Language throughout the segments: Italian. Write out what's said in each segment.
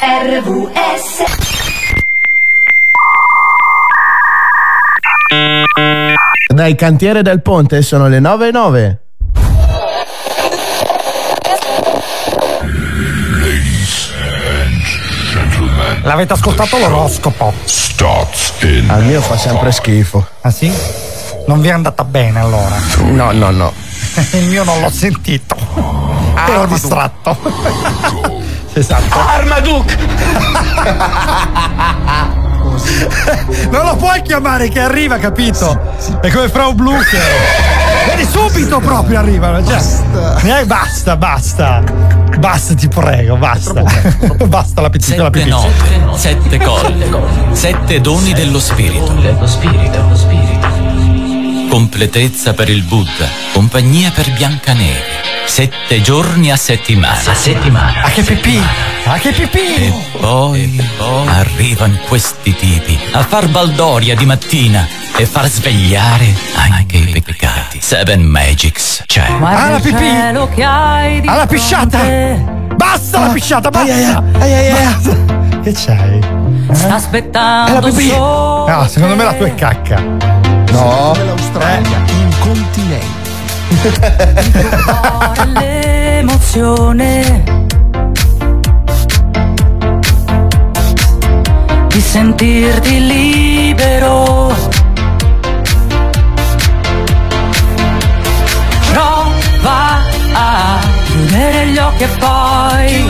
RVS. Dai cantiere del ponte sono le 9:09. L'avete ascoltato l'oroscopo? Al mio fa sempre schifo. Ah sì? Non vi è andata bene allora? No. Il mio non l'ho sentito. Ero distratto. Esatto. Armaduke! Non lo puoi chiamare che arriva, capito? È come Frau Blu che vedi subito proprio arrivano. Cioè, basta, ti prego, basta. Basta la pizzica, la pipì. 7 note, 7 colle, 7 doni dello spirito. Completezza per il Buddha, compagnia per Biancaneve. 7 giorni a settimana. Ah, che pipì! E poi arrivano questi tipi a far baldoria di mattina e far svegliare anche i peccati. 7 Magics c'è. Ah, la pipì! Ah, la pisciata! Basta la pisciata, basta! Che c'hai? Sta aspettando la pipì! No, secondo me la tua è cacca. No. Dell'Australia, incontinenti. l'emozione di sentirti libero. Prova a chiudere gli occhi e poi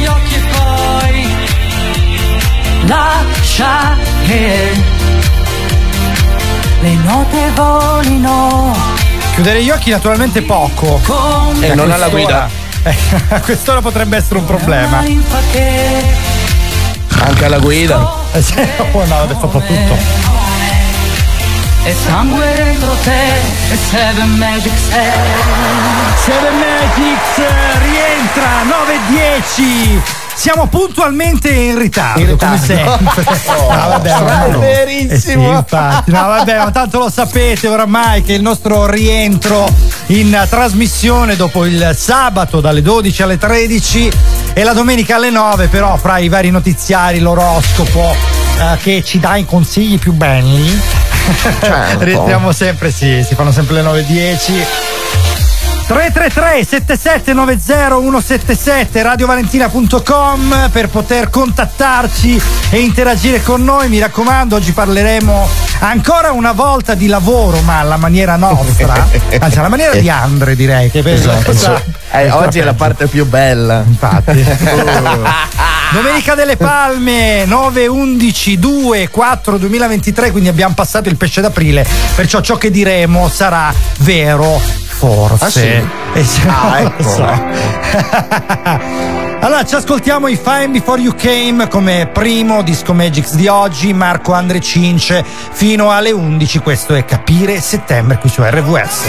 lascia che le note volino. Chiudere gli occhi naturalmente poco. E non alla guida. A quest'ora potrebbe essere un problema. Anche alla guida. No, vabbè, soprattutto. E sangue dentro te, e 7 Magics è. 7 Magics rientra 9:10. Siamo puntualmente in ritardo. Come sempre. È verissimo. Sì, infatti. No, vabbè, ma tanto lo sapete oramai che il nostro rientro in trasmissione dopo il sabato dalle 12 alle 13 e la domenica alle 9, però fra i vari notiziari, l'oroscopo che ci dà i consigli più belli. Rientriamo sempre, si fanno sempre le 9:10. 333 7790 177 radiovalentina.com per poter contattarci e interagire con noi. Mi raccomando, oggi parleremo ancora una volta di lavoro, ma alla maniera nostra, anzi alla maniera di Andre, direi che oggi è la parte più bella, infatti. Domenica delle Palme 9, 11, 2, 4 2023, quindi abbiamo passato il pesce d'aprile, perciò ciò che diremo sarà vero, forse. Ecco. Allora ci ascoltiamo i Fine Before You Came come primo disco Magics di oggi. Marco Andre Cince fino alle 11. Questo è Capire Settembre qui su RVS.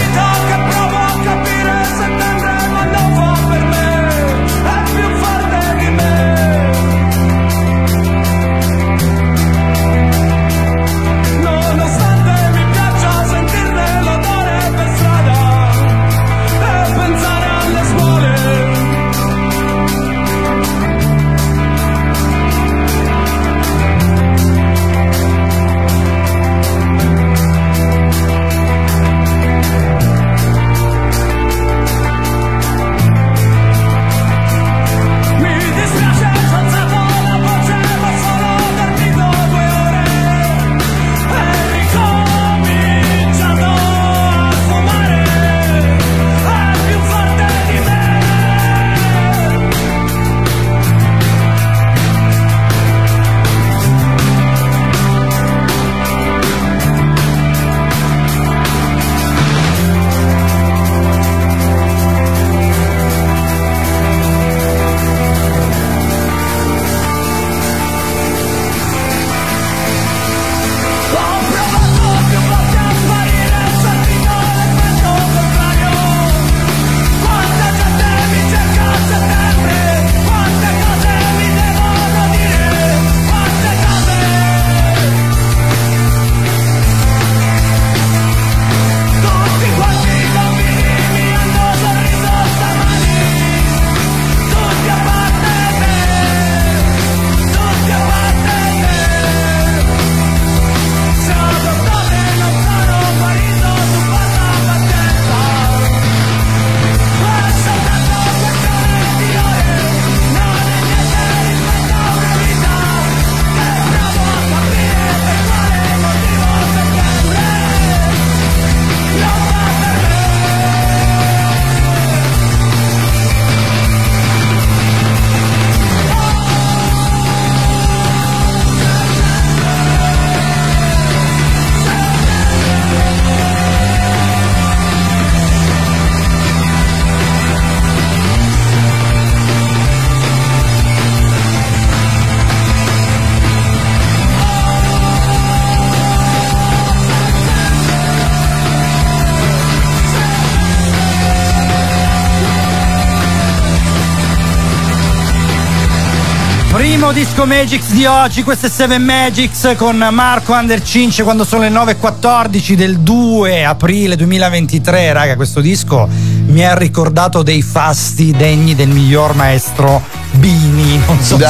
Primo disco Magix di oggi, questo è Seven Magics con Marco Andercince quando sono le 9:14 del 2 aprile 2023. Raga, questo disco mi ha ricordato dei fasti degni del miglior maestro Bini. Non so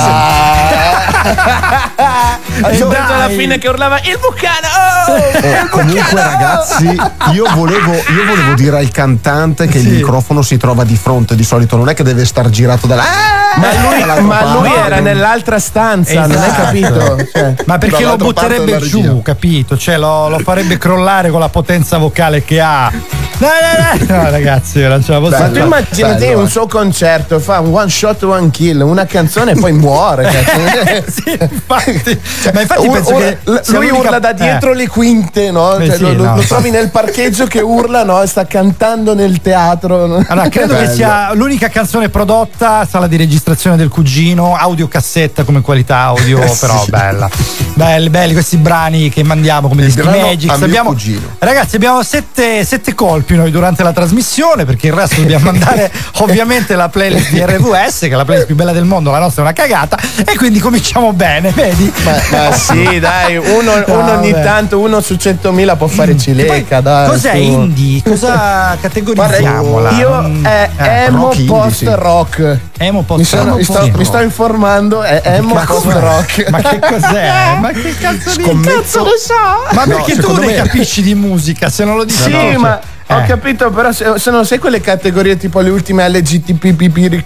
alla fine che urlava il Vulcano. Comunque ragazzi, io volevo dire al cantante che il microfono si trova di fronte, di solito non è che deve star girato dalla ma lui era nell'altra stanza, non hai capito? Cioè, ma perché lo butterebbe giù, capito? Cioè lo farebbe crollare con la potenza vocale che ha. No, ragazzi, non ce la posso ma fare. tu immaginati un suo concerto, fa un one shot, one kill, una canzone e poi muore. Sì, infatti. Ma infatti penso che lui urla da dietro le quinte, no? Cioè, sì, lo trovi nel parcheggio che urla, no? Sta cantando nel teatro. Allora, credo che sia l'unica canzone prodotta, sala di registrazione del cugino, audiocassetta come qualità audio, però bella. Belli questi brani che mandiamo come dischi Magix. Ragazzi, abbiamo sette colpi noi durante la trasmissione, perché il resto dobbiamo mandare ovviamente la playlist di RVS, che è la playlist più bella del mondo, la nostra è una cagata, e quindi cominciamo bene, vedi? Ma sì, dai, uno ogni tanto, uno su 100.000 può fare cileca, dai. Cos'è indie? Cosa categorizziamola? Io è emo post rock. Emo post rock. Mi sto informando, è emo post rock. Ma che cos'è? Ma che cazzo di cazzo lo so? Ma perché tu ne capisci di musica, se non lo dici? Sì, ma ho capito, però se non sai quelle categorie tipo le ultime LGTB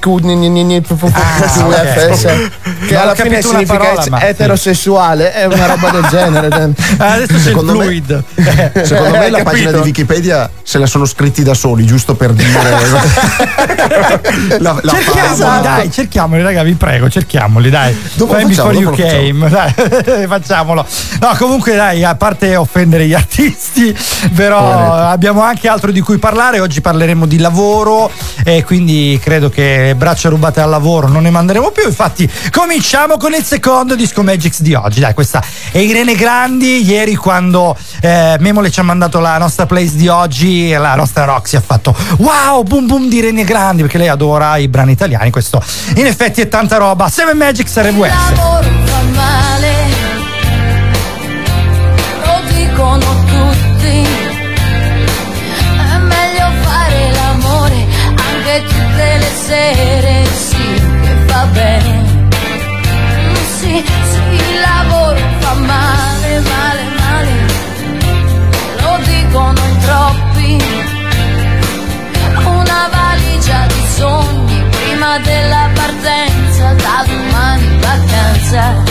che alla fine significa eterosessuale, è una roba del genere. Adesso c'è il fluid. Secondo me la pagina di Wikipedia se la sono scritti da soli, giusto per dire. Cerchiamoli, raga, vi prego, cerchiamoli, dai. Before you came, dai, facciamolo. No, comunque dai, a parte offendere gli artisti, però abbiamo anche altro di cui parlare. Oggi parleremo di lavoro e quindi credo che braccia rubate al lavoro non ne manderemo più. Infatti cominciamo con il secondo disco Magix di oggi. Dai, questa è Irene Grandi. Ieri quando Memole ci ha mandato la nostra playlist di oggi, la nostra Roxy ha fatto wow, boom boom di Irene Grandi, perché lei adora i brani italiani. Questo in effetti è tanta roba. Seven Magics RVS. Il lavoro fa male, lo dicono tutti. È meglio fare l'amore anche tutte le sere, sì, che fa bene. Sì, il lavoro fa male, lo dicono in troppi. Una valigia di sogni prima della partenza, da domani vacanza.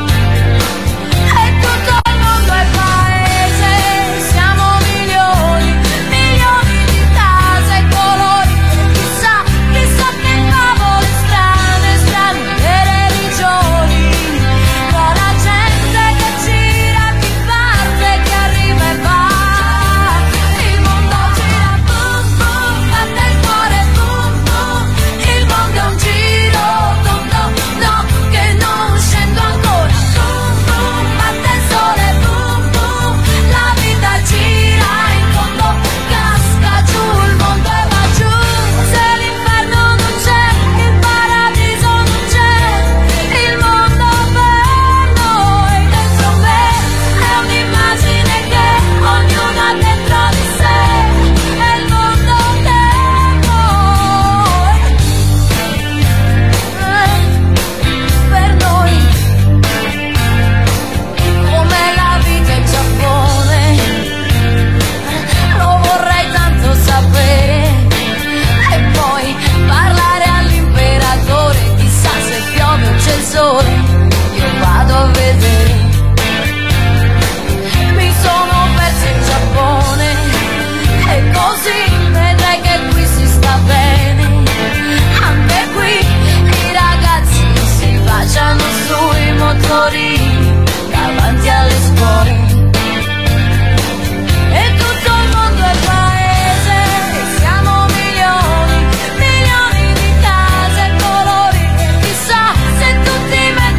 E tutto il mondo è paese, siamo milioni di case e colori. Chissà che favole strane le religioni. Tra la gente che gira, chi parte, chi arriva e va. Il mondo gira, boom boom, batte il cuore, boom boom. Il mondo è un giro tondo, no, che non scendo ancora. Boom boom, batte il sole, boom boom. La vita gira in fondo, casca giù il mondo e va giù. Se l'inferno non c'è, il paradiso non c'è. Il mondo per noi dentro me è un'immagine che ognuno ha dentro di sé. È il mondo per noi, per noi. Come la vita in Giappone, lo vorrei tanto sapere. E poi parlare all'imperatore, chissà se piove o c'è il sole, io vado a vedere. Mi sono persa in Giappone e così vedrai che qui si sta bene. Anche qui i ragazzi si baciano sui motorini davanti alle scuole. E tutto il mondo è paese, e siamo milioni di case e colori. E chissà se tutti mettono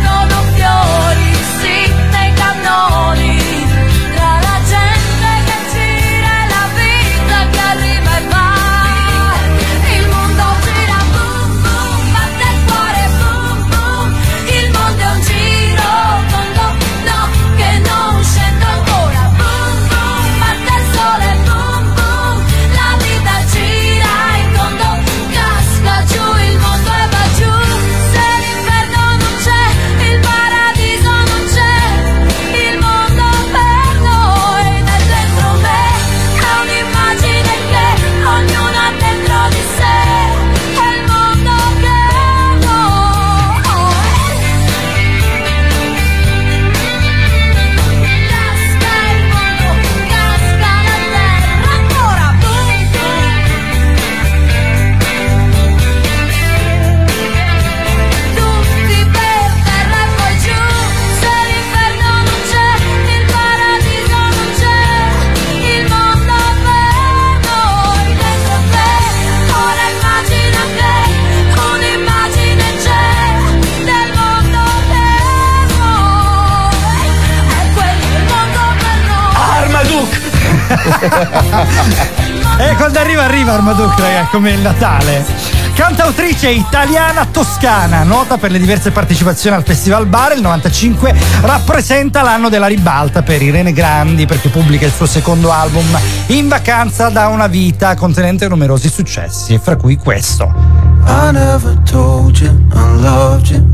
E quando arriva Armaduc, ragazzi, come il Natale. Cantautrice italiana toscana, nota per le diverse partecipazioni al Festival Bar, il 95 rappresenta l'anno della ribalta per Irene Grandi, perché pubblica il suo secondo album In vacanza da una vita, contenente numerosi successi, fra cui questo. I never told you I loved you.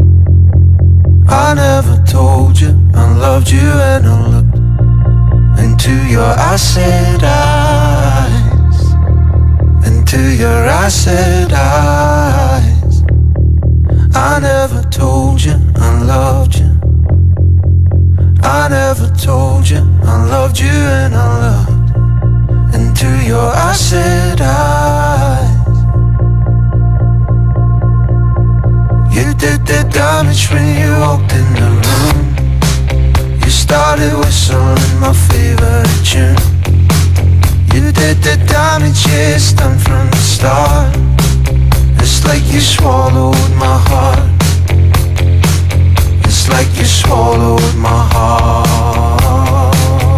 I never told you I loved you, and I looked into your acid eyes, into your acid eyes. I never told you I loved you. I never told you I loved you, and I looked into your acid eyes. You did the damage when you walked in the room. You started whistling my favorite tune. You did the damage, yeah, it's done from the start. It's like you swallowed my heart. It's like you swallowed my heart.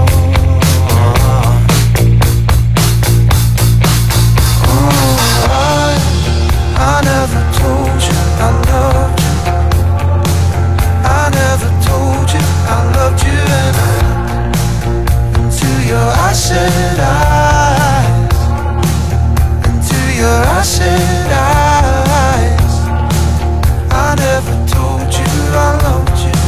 Oh, I never told you I loved you. I never told you I loved you, and I into your acid eyes, into your acid eyes. I never told you I loved you.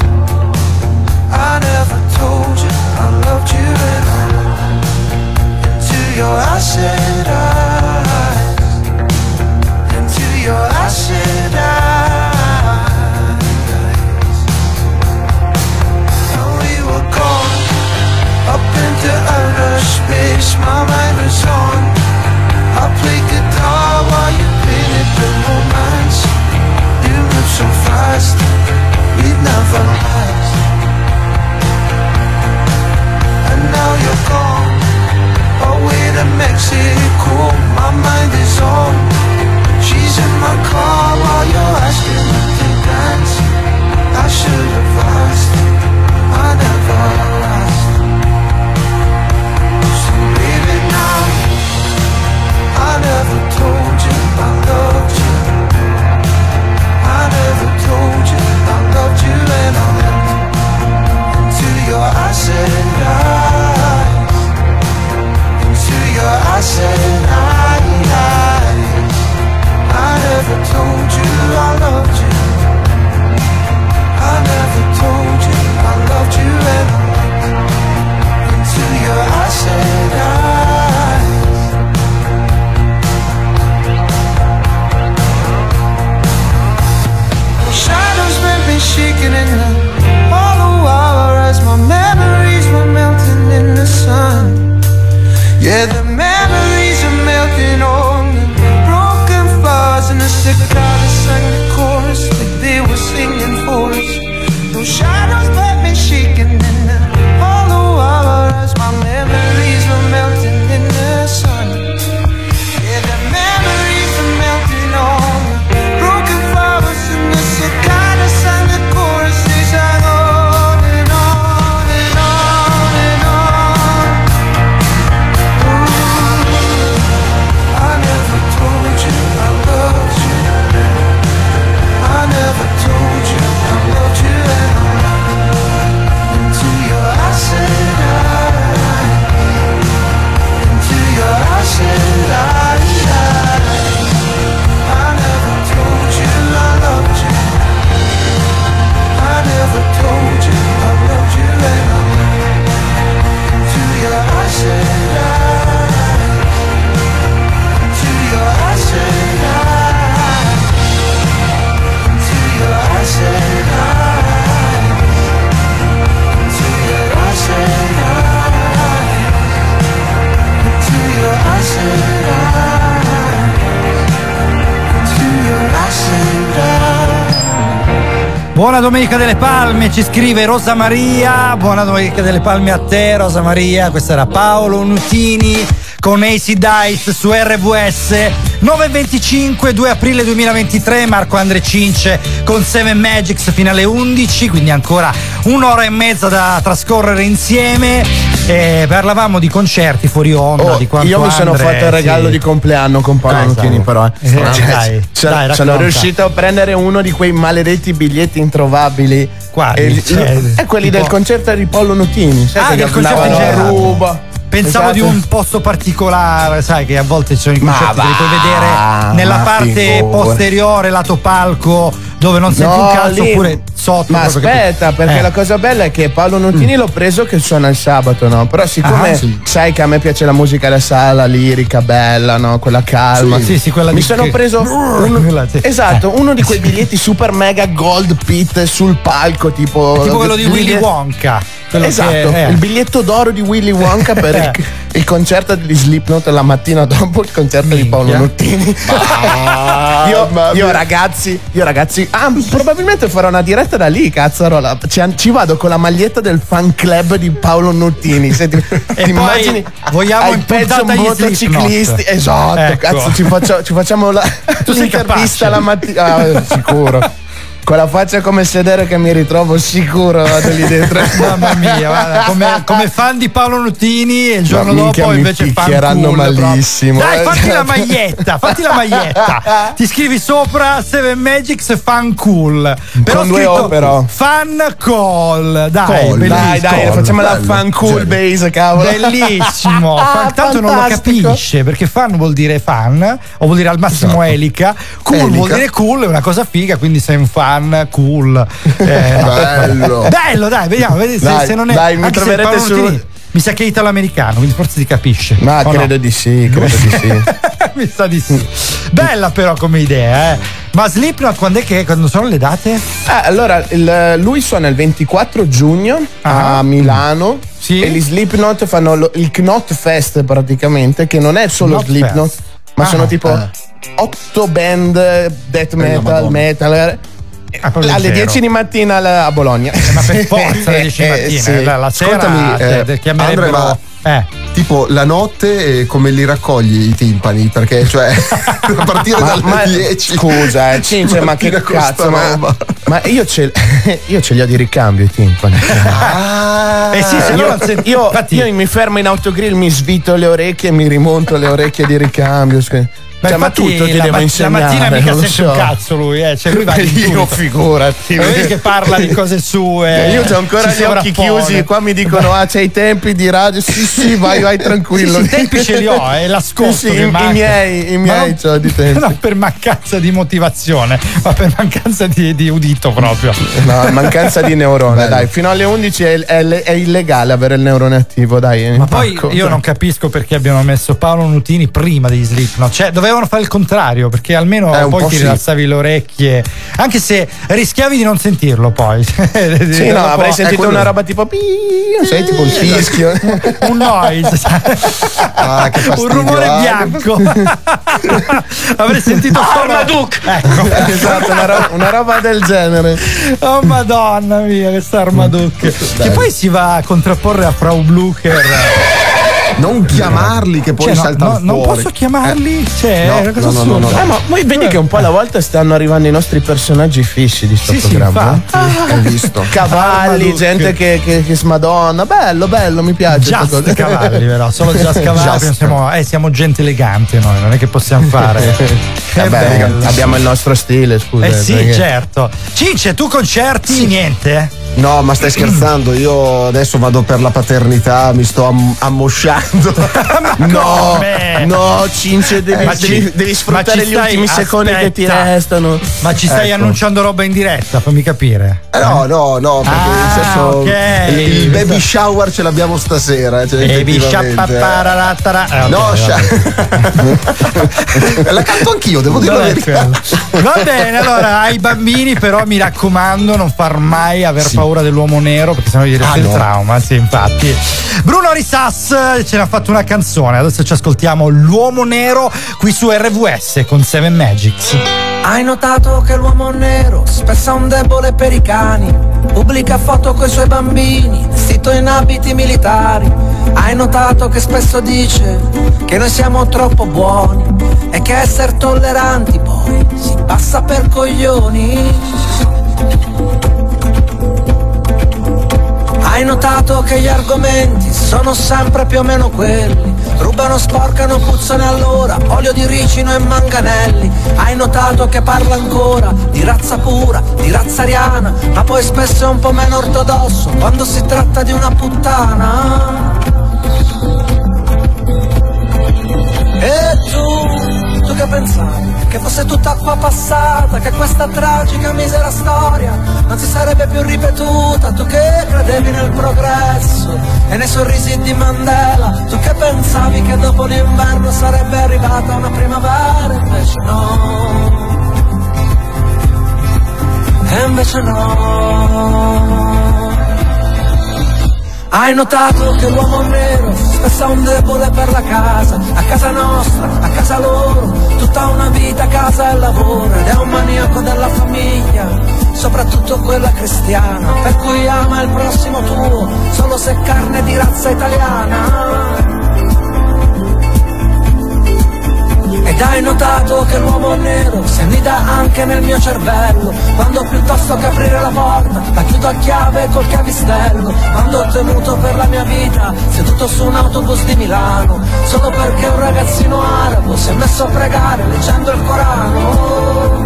I never told you I loved you, and I into your acid eyes, into your acid eyes. And we were gone up into outer space. My mind was on. I played guitar while you painted the romance. You moved so fast, we'd never last. And now you're gone away to Mexico. My mind is on. She's in my car while you're asking me to dance. I should have asked, I never asked. So baby now, I never told you I loved you. I never told you I loved you, and I looked into your acid eyes, into your acid eyes. I never told you I loved you. I never told you I loved you, and I looked into your acid eyes. Shadows met me shaking in the hollow hour as my memories were melting in the sun. Yeah, the memories are melting on the broken flowers, and the cicadas sang the chorus like they were singing for us. Those shadows met me shaking in the hollow hour as my memories were melting in the sun. Yeah, the memories are melting on the broken flowers, and the cicadas sang the chorus. They sang on and on and on and on. Ooh, I never told you I loved you. I never told you I loved you, and I into your acid eyes, into your acid eyes. I never told you I loved you. I never told you I loved you, and I into your acid eyes, into your acid eyes, into your acid eyes, into your acid eyes, into your acid eyes, into your acid eyes. Buona Domenica delle Palme, ci scrive Rosa Maria. Buona Domenica delle Palme a te, Rosa Maria. Questo era Paolo Nutini con AC Dice su RVS. 9:25, 2 aprile 2023. Marco Andre Cince con Seven Magics fino alle 11, quindi ancora un'ora e mezza da trascorrere insieme. Parlavamo di concerti fuori onda, di quanto io mi sono Andre, fatto il regalo sì. di compleanno con Paolo Nutini, però. Dai, sono racconta. riuscito a prendere uno di quei maledetti biglietti introvabili. Quali? Quelli tipo- del concerto di Paolo Nutini. Sai del concerto in andavano a generale. ruba. Pensavo Esatto. di un posto particolare, sai che a volte ci sono i concerti che li puoi vedere nella ma parte figura. posteriore, lato palco, dove non senti un cazzo, lì- oppure sotto. Ma proprio che- aspetta, perché la cosa bella è che Paolo Nutini l'ho preso che suona il sabato, no? Però siccome sai che a me piace la musica da sala, lirica, bella, no? Quella calma. Sì, quella Mi di sono che- preso quella, sì. esatto, uno di quei biglietti super mega gold pit sul palco, tipo quello di Willy Wonka. Quello Esatto, che- il biglietto d'oro di Willy Wonka per il concerto di Slipknot la mattina dopo il concerto di Paolo Nutini. Io ragazzi, probabilmente farò una diretta da lì, cazzarola. Ci vado con la maglietta del fan club di Paolo Nutini. Senti, ti immagini? vogliamo ai in peggio puntata gli motociclisti. Slipknot. Esatto, Ecco. cazzo, ci facciamo Tu sei l'intervista capace. la mattina. Sicuro. Con la faccia come sedere che mi ritrovo sicuro vado lì dentro. Mamma mia, guarda, come fan di Paolo Nutini e il giorno minchia, dopo mi invece fan picchieranno cool, malissimo. Dai, fatti la maglietta. Ti scrivi sopra Seven Magics fan cool. Però Con due scritto O, però. Fan call. Dai, Call, bellissimo. Dai, facciamo la bello, fan cool genio. base, cavolo. Bellissimo. Tanto non lo fantastico. capisce perché fan vuol dire fan o vuol dire al massimo elica. Cool Elica. vuol dire cool, è una cosa figa, quindi sei un fan cool. Bello. Bello, dai, vediamo Dai, se non è. dai, mi anche se troverete Paolo su- Nutini mi sa che è italo-americano, quindi forse si capisce. Ma O no? credo di sì, credo di sì. Mi sa di sì. Bella però come idea, eh. Ma Slipknot quando sono le date? Allora, lui suona il 24 giugno a Milano. Sì. E gli Slipknot fanno il Knot Fest praticamente, che non è solo Knot Slipknot, Fest. ma sono tipo 8 band death metal, Madonna. metal. Proprio Alle leggero. 10 di mattina a Bologna. Ma per forza alle 10 di mattina, Sì. la sera Ascoltami, chiamerebbero. Andre, Tipo la notte come li raccogli i timpani? Perché cioè a partire dalle 10. Scusa, Cince, ma che Mattina con sta cazzo? roba. Ma io ce li ho di ricambio i timpani. Sì, se no non senti- Io infatti- mi fermo in autogrill, mi svito le orecchie e mi rimonto le orecchie di ricambio. Ma Cioè, ma infatti tutto ti la devo insegnare. La mattina mica non lo sente un so. cazzo lui, cioè lui va in Io tutto. figurati. Lo vedi che parla di cose sue. Io ho ancora si gli occhi sovrappone. chiusi. Qua mi dicono: c'hai i tempi di radio. Sì, vai tranquillo. Sì, i tempi ce li ho, è l'ascolto. Sì, che i manca. miei Ma non- c'ho di tempi. Non per mancanza di motivazione, ma per mancanza di udito proprio. No, mancanza di neurone, dai. Fino alle 11 è illegale avere il neurone attivo, dai. Ma poi io non capisco perché abbiano messo Paolo Nutini prima degli Slipknot. Cioè, dovevano fare il contrario, perché almeno un poi po' ti sì. rilassavi le orecchie. Anche se rischiavi di non sentirlo poi. Sì, no, avrei sentito quello- una roba tipo sai, tipo il fischio. Un noise. Ah, che fastidio. Un rumore bianco. Avrei sentito solo ecco. Esatto, una roba del genere. Oh madonna mia, questa Armaduke. Che poi si va a contrapporre a Frau Blucher. Non chiamarli che poi Cioè, saltano fuori. non posso chiamarli? Cioè, No, è una cosa no, no, assurda. no, no. Ma poi vedi che un po' alla volta stanno arrivando i nostri personaggi fissi di sto Sì, programma. infatti. Hai visto? Cavalli, Armaduke. gente che smadonna. Bello, mi piace. sta Just cosa. cavalli, però, solo just cavalli. Just. Siamo gente elegante noi, non è che possiamo fare. Che Vabbè, bello. abbiamo il nostro stile, scusa. Sì, perché- certo. Cince, tu concerti? Niente? No, ma stai scherzando? Io adesso vado per la paternità, mi sto ammosciando. No, Cince, devi sfruttare ma ci gli ultimi stai- secondi che ti aspetta. restano. Ma ci stai Ecco. annunciando roba in diretta, fammi capire. No, perché nel senso ok. il baby shower ce l'abbiamo stasera. Cioè, Baby effettivamente. No, la canto anch'io, devo dire la verità. Va bene, allora ai bambini però mi raccomando non far mai aver paura dell'uomo nero perché sennò gli resta il no. trauma, sì, infatti. Bruno Risas ce n'ha fatto una canzone, adesso ci ascoltiamo L'uomo nero qui su RVS con Seven Magics. Hai notato che l'uomo nero spesso è un debole per i cani, pubblica foto coi suoi bambini, vestito in abiti militari. Hai notato che spesso dice che noi siamo troppo buoni e che essere tolleranti poi si passa per coglioni. Hai notato notato che gli argomenti sono sempre più o meno quelli? Rubano, sporcano, puzzano allora, olio di ricino e manganelli. Hai notato che parla ancora di razza pura, di razza ariana, ma poi spesso è un po' meno ortodosso quando si tratta di una puttana. E tu che pensavi? Che fosse tutta acqua passata, che questa tragica misera storia non si sarebbe più ripetuta. Tu che credevi nel progresso e nei sorrisi di Mandela, tu che pensavi che dopo l'inverno sarebbe arrivata una primavera, invece no. E invece no. Hai notato che l'uomo nero spesso è un debole per la casa, a casa nostra, a casa loro, tutta una vita a casa e lavoro, ed è un maniaco della famiglia, soprattutto quella cristiana, per cui ama il prossimo tuo, solo se è carne di razza italiana. Ed hai notato che l'uomo nero si annida anche nel mio cervello, quando piuttosto che aprire la porta la chiudo a chiave col chiavistello, quando ho temuto per la mia vita seduto su un autobus di Milano, solo perché un ragazzino arabo si è messo a pregare leggendo il Corano.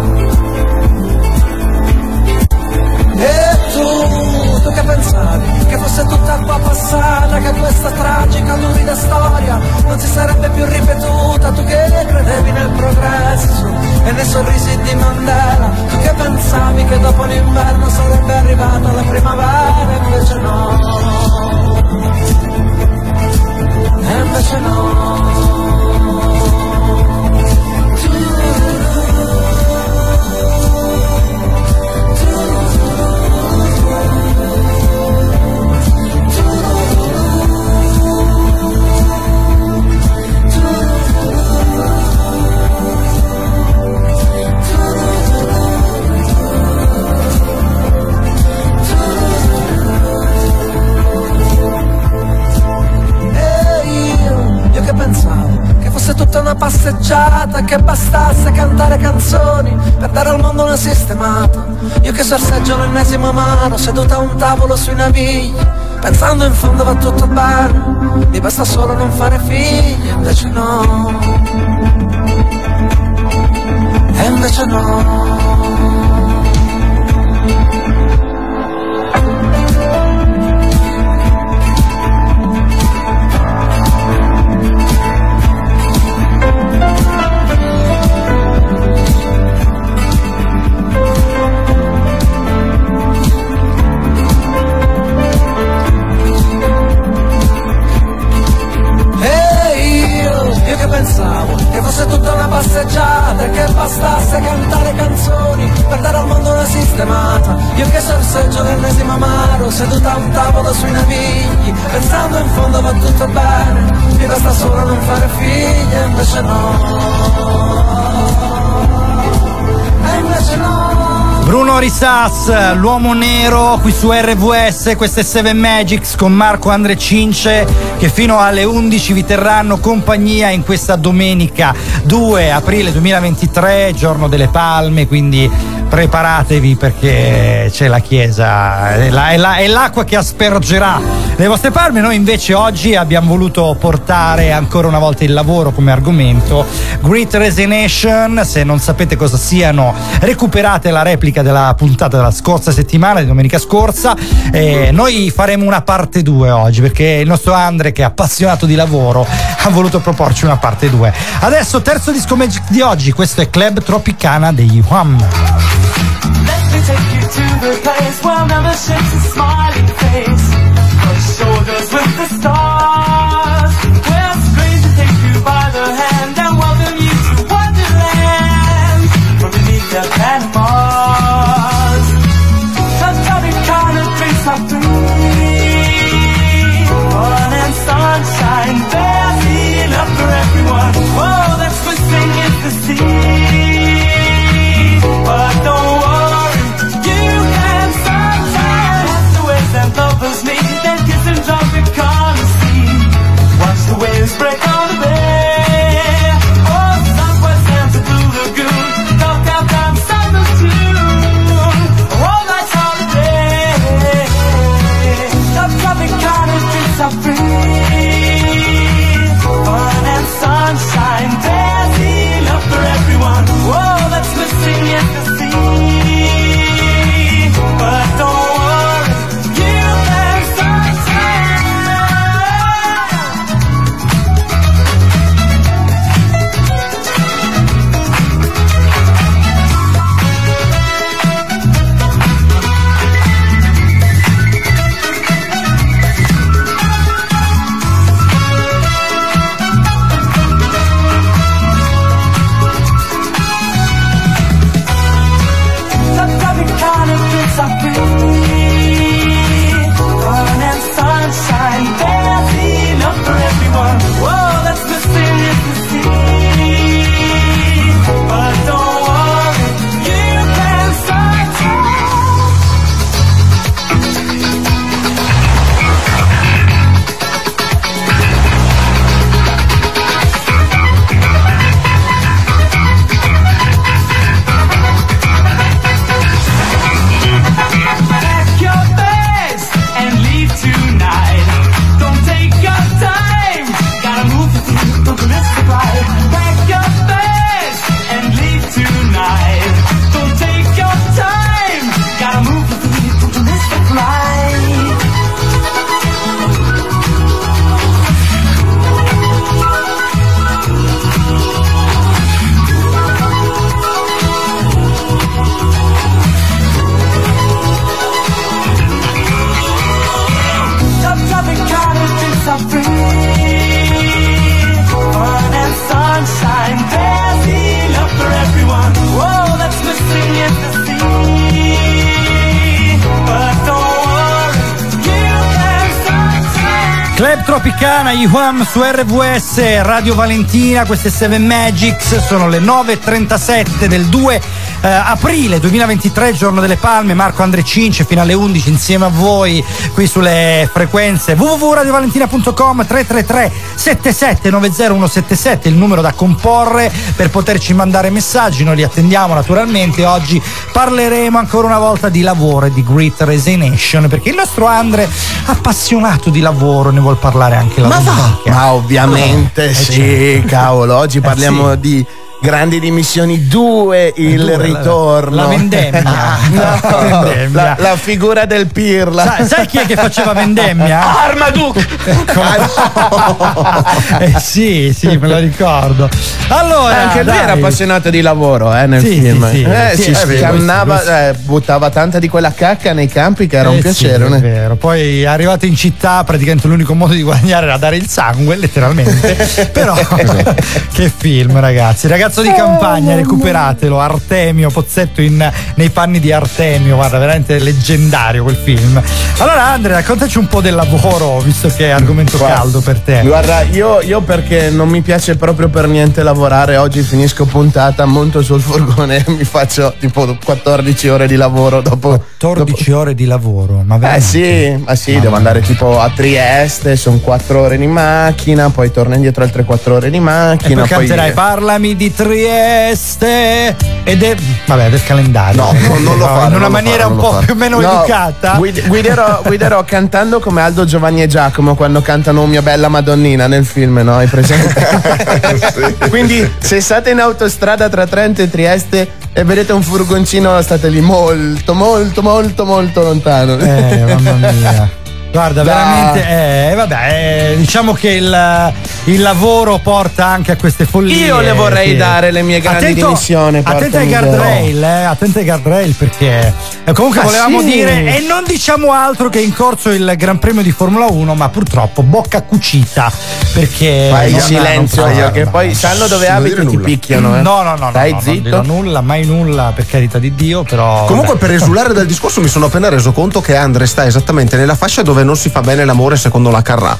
E tu che pensavi? Che fosse tutta acqua passata, che questa tragica, lurida storia non si sarebbe più ripetuta. Tu che credevi nel progresso e nei sorrisi di Mandela, tu che pensavi che dopo l'inverno sarebbe arrivata la primavera, invece no. E invece no. Tutta una passeggiata, che bastasse cantare canzoni per dare al mondo una sistemata. Io che sorseggio l'ennesimo amaro, seduta a un tavolo sui navigli, pensando in fondo va tutto bene, mi basta solo non fare figli, invece no. E invece no. Pensavo che fosse tutta una passeggiata e che bastasse cantare canzoni per dare al mondo una sistemata. Io che sorseggio l'ennesimo amaro, seduta a un tavolo sui navigli, pensando in fondo va tutto bene, mi basta solo non fare figli, e invece no. E invece no. Bruno Risas, l'uomo nero qui su RVS, queste 7 Magics con Marco Andre Cince che fino alle 11 vi terranno compagnia in questa domenica 2 aprile 2023, giorno delle palme, quindi preparatevi perché c'è la chiesa, è l'acqua che aspergerà le vostre palme. Noi invece oggi abbiamo voluto portare ancora una volta il lavoro come argomento. Great Resignation, se non sapete cosa siano, recuperate la replica della puntata della scorsa settimana, di domenica scorsa. Noi faremo una parte 2 oggi perché il nostro Andre, che è appassionato di lavoro, ha voluto proporci una parte 2. Adesso terzo disco Magic di oggi, questo è Club Tropicana degli Wham. Let me take you to the place where never shakes a smiling face, brush shoulders with the stars, where strangers take you by the hand and welcome you to Wonderland, from beneath the Panamas. The Tropicana drinks are free, fun and sunshine, there's healing up for everyone. Oh, that's twisting is the sea. But don't worry, you can sunshine. The waves and lovers meet, then kiss and drop the corners. Tropicana, Iwam su RVS Radio Valentina, queste 7 Magics, sono le 9.37 del 2 aprile 2023, giorno delle Palme. Marco Andre Cince fino alle 11 insieme a voi qui sulle frequenze www.radiovalentina.com. 333 7790177 il numero da comporre per poterci mandare messaggi, noi li attendiamo naturalmente. Oggi parleremo ancora una volta di lavoro e di Great Resignation, perché il nostro Andre, appassionato di lavoro, ne vuol parlare anche la domenica. Ma ovviamente sì, cavolo, oggi parliamo di Grandi Dimissioni 2, il ritorno. La vendemmia. La figura del Pirla. Sai chi è che faceva vendemmia? Armaduke. Sì, me lo ricordo. Allora, anche lui era appassionato di lavoro nel film. Si scannava, buttava tanta di quella cacca nei campi che era un piacere. È vero. Poi arrivato in città, praticamente l'unico modo di guadagnare era dare il sangue, letteralmente. Però che film, ragazzi di campagna, recuperatelo. Artemio Pozzetto nei panni di Artemio, guarda, veramente leggendario quel film. Allora Andrea, raccontaci un po' del lavoro, visto che è argomento caldo per te. Guarda, io perché non mi piace proprio per niente lavorare, oggi finisco puntata, monto sul furgone e mi faccio tipo 14 ore di lavoro dopo 14 ore di lavoro, ma veramente? Sì, devo andare tipo a Trieste, sono 4 ore di macchina, poi torno indietro altre 4 ore di macchina, e poi canterai Parlami di Trieste ed è del calendario. No, non lo fare. In una maniera un po' più o meno educata. Guiderò cantando come Aldo, Giovanni e Giacomo quando cantano Oh mia bella Madonnina nel film, no? Hai presente? Quindi se state in autostrada tra Trento e Trieste e vedete un furgoncino, state lì molto lontano. Mamma mia. Guarda, veramente, diciamo che il lavoro porta anche a queste follie. Io le vorrei dare le mie grandi dimissioni. Attento ai guardrail, perché comunque volevamo dire, e non diciamo altro che è in corso il Gran Premio di Formula 1, ma purtroppo bocca cucita, perché fai il silenzio, che poi sanno dove abiti e ti picchiano. No, stai zitto. Mai nulla, per carità di Dio, però. Comunque, per esulare dal discorso, mi sono appena reso conto che Andre sta esattamente nella fascia dove non si fa bene l'amore secondo la Carrà.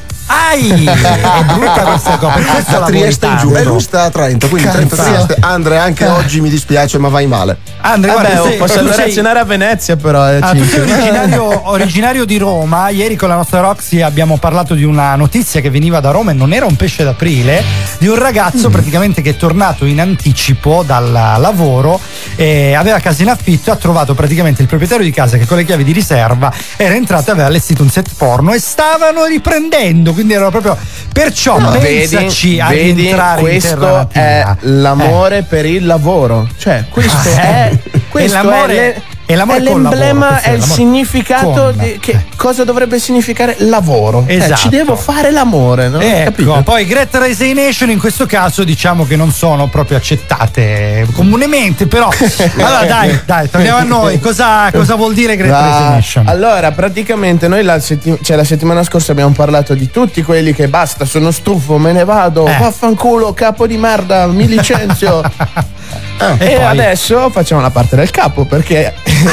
È brutta questa cosa. Questa Trieste in giù. E lui sta a Trento, quindi Trento Trieste. Andre, anche oggi mi dispiace, ma vai male. Andre, guarda, posso andare a cenare a Venezia, però. Tu sei originario di Roma. Ieri con la nostra Roxy abbiamo parlato di una notizia che veniva da Roma e non era un pesce d'aprile, di un ragazzo praticamente che è tornato in anticipo dal lavoro e aveva casa in affitto, ha trovato praticamente il proprietario di casa che con le chiavi di riserva era entrato e aveva allestito un set porno e stavano riprendendo, quindi era proprio, perciò pensaci a rientrare in terra nativa. Questo è l'amore per il lavoro, cioè questo è l'amore. È l'emblema, è il significato di che cosa dovrebbe significare lavoro. Esatto. Ci devo fare l'amore, no? Ecco, poi Great Resignation in questo caso diciamo che non sono proprio accettate comunemente, però allora dai, torniamo a noi. Cosa vuol dire Great Resignation? Allora, praticamente noi la settimana scorsa abbiamo parlato di tutti quelli che basta, sono stufo, me ne vado, vaffanculo, capo di merda, mi licenzio. E adesso facciamo la parte del capo, perché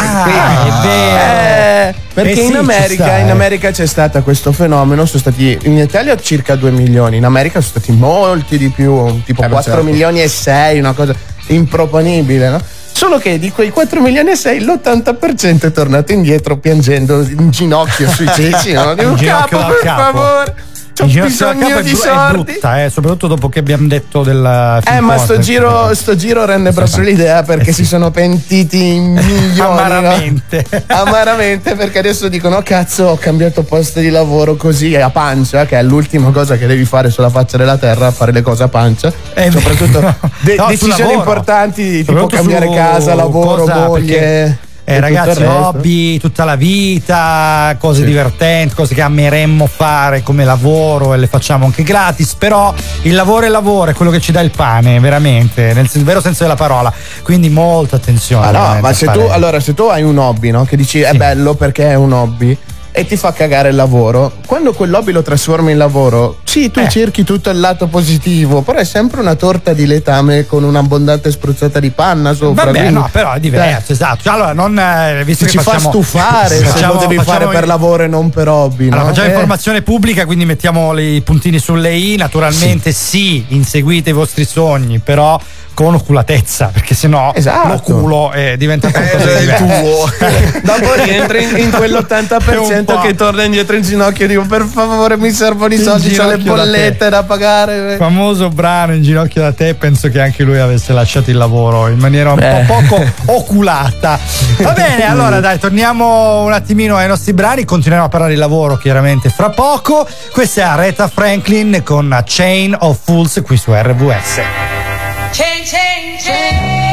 perché in America c'è stato questo fenomeno, sono stati in Italia circa 2 milioni, in America sono stati molti di più, tipo 4 milioni e 6, una cosa improponibile, no? Solo che di quei 4 milioni e 6 l'80% è tornato indietro piangendo in ginocchio sui ceci, no? Di un capo, per favore. C'ho bisogno di soldi. È brutta, soprattutto dopo che abbiamo detto del film. Ma sto giro rende proprio l'idea, perché si sono pentiti in milioni. Amaramente, perché adesso dicono: cazzo, ho cambiato posto di lavoro così a pancia, che è l'ultima cosa che devi fare sulla faccia della terra, fare le cose a pancia. Soprattutto decisioni importanti, tipo cambiare casa, lavoro, moglie. Ragazzi, hobby, tutta la vita, cose divertenti, cose che ameremmo fare come lavoro e le facciamo anche gratis, però il lavoro è quello che ci dà il pane, veramente, nel vero senso della parola, quindi molta attenzione. Ma se tu hai un hobby, no? Che dici è bello perché è un hobby, e ti fa cagare il lavoro. Quando quell'hobby lo trasformi in lavoro, sì, tu cerchi tutto il lato positivo, però è sempre una torta di letame con un'abbondante spruzzata di panna sopra. Vabbè, no, però è diverso, esatto. Allora, non visto ci che fa stufare se lo devi fare per lavoro e non per hobby. Allora, no? facciamo informazione pubblica, quindi mettiamo i puntini sulle i. Naturalmente sì, inseguite i vostri sogni, però con oculatezza, perché sennò l'oculo diventa qualcosa di tuo. Dopo rientri in quell'80% che torna indietro in ginocchio e dico per favore mi servono i soldi, c'ho le bollette da pagare. Famoso brano In ginocchio da te, penso che anche lui avesse lasciato il lavoro in maniera un po' poco oculata. Va bene, allora dai, torniamo un attimino ai nostri brani, continuiamo a parlare di lavoro chiaramente fra poco. Questa è Aretha Franklin con Chain of Fools qui su RVS. Chain, chain, chain.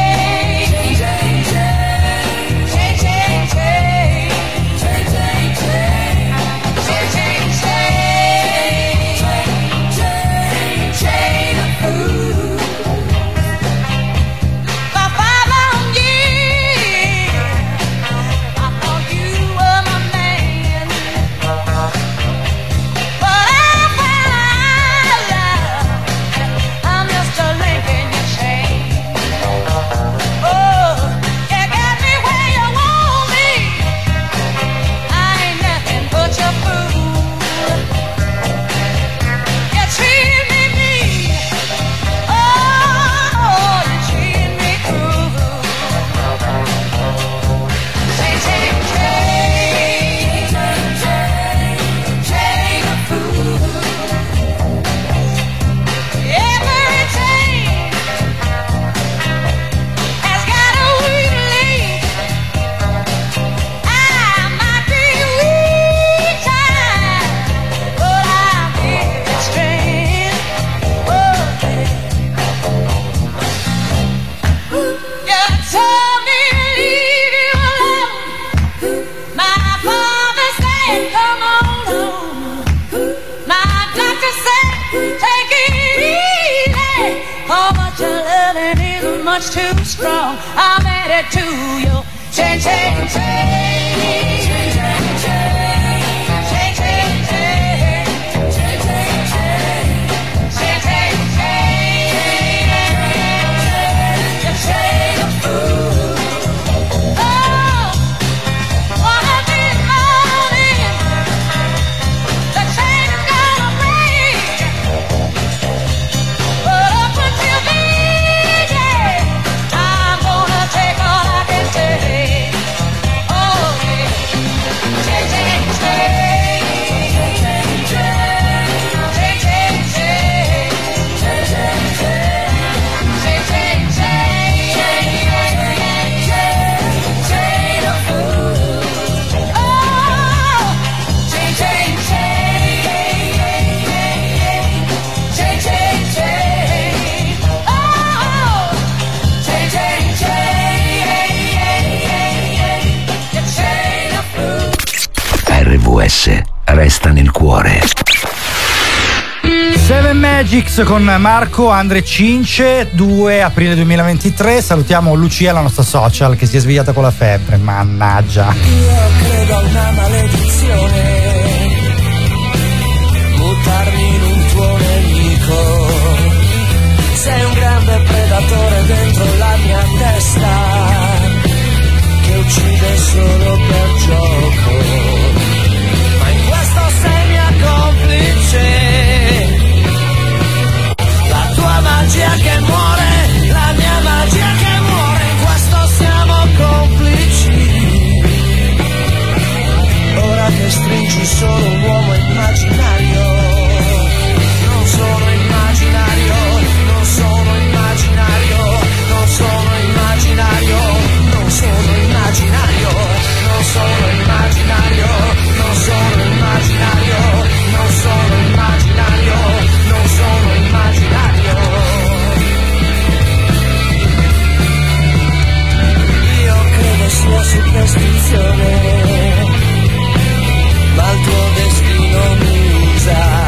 Much too strong, I'm headed to you. Chain, chain, chain. RVS resta nel cuore. Seven Magics con Marco Andre Cince, 2 aprile 2023. Salutiamo Lucia, la nostra social, che si è svegliata con la febbre. Mannaggia. Io credo a una maledizione, mutarmi in un tuo nemico. Sei un grande predatore dentro la mia testa, che uccide solo per gioco. Ma in questo sei mia complice. La tua magia che muore, la mia magia che muore, in questo siamo complici. Ora che stringi solo un uomo immaginario, non sono immaginario, non sono immaginario, non sono immaginario, non sono immaginario, non sono immaginario, non sono immaginario, non sono immaginario, non sono immaginario. Io credo sia superstizione, ma il tuo destino mi usa.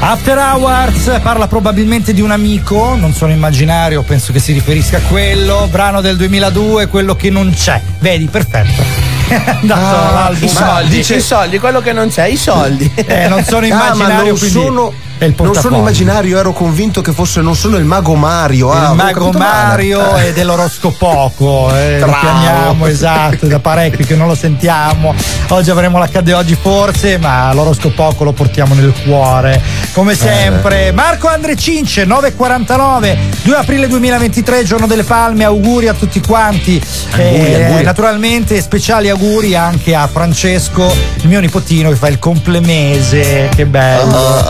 After Hours parla probabilmente di un amico, non sono immaginario, penso che si riferisca a quello, brano del 2002, quello che non c'è. Vedi, perfetto. I soldi, i soldi, quello che non c'è, i soldi. Non sono immaginario, non sono, non sono immaginario, ero convinto che fosse non solo il mago Mario. Il mago Mario e dell'oroscopoco. Lo chiamiamo, esatto, da parecchi che non lo sentiamo. Oggi avremo l'accade oggi forse, ma l'oroscopoco lo portiamo nel cuore. Come sempre. Marco Andre Cince, 9:49, 2 aprile 2023, giorno delle palme, auguri a tutti quanti. Auguri. Naturalmente speciali auguri anche a Francesco, il mio nipotino che fa il complemese. Che bello.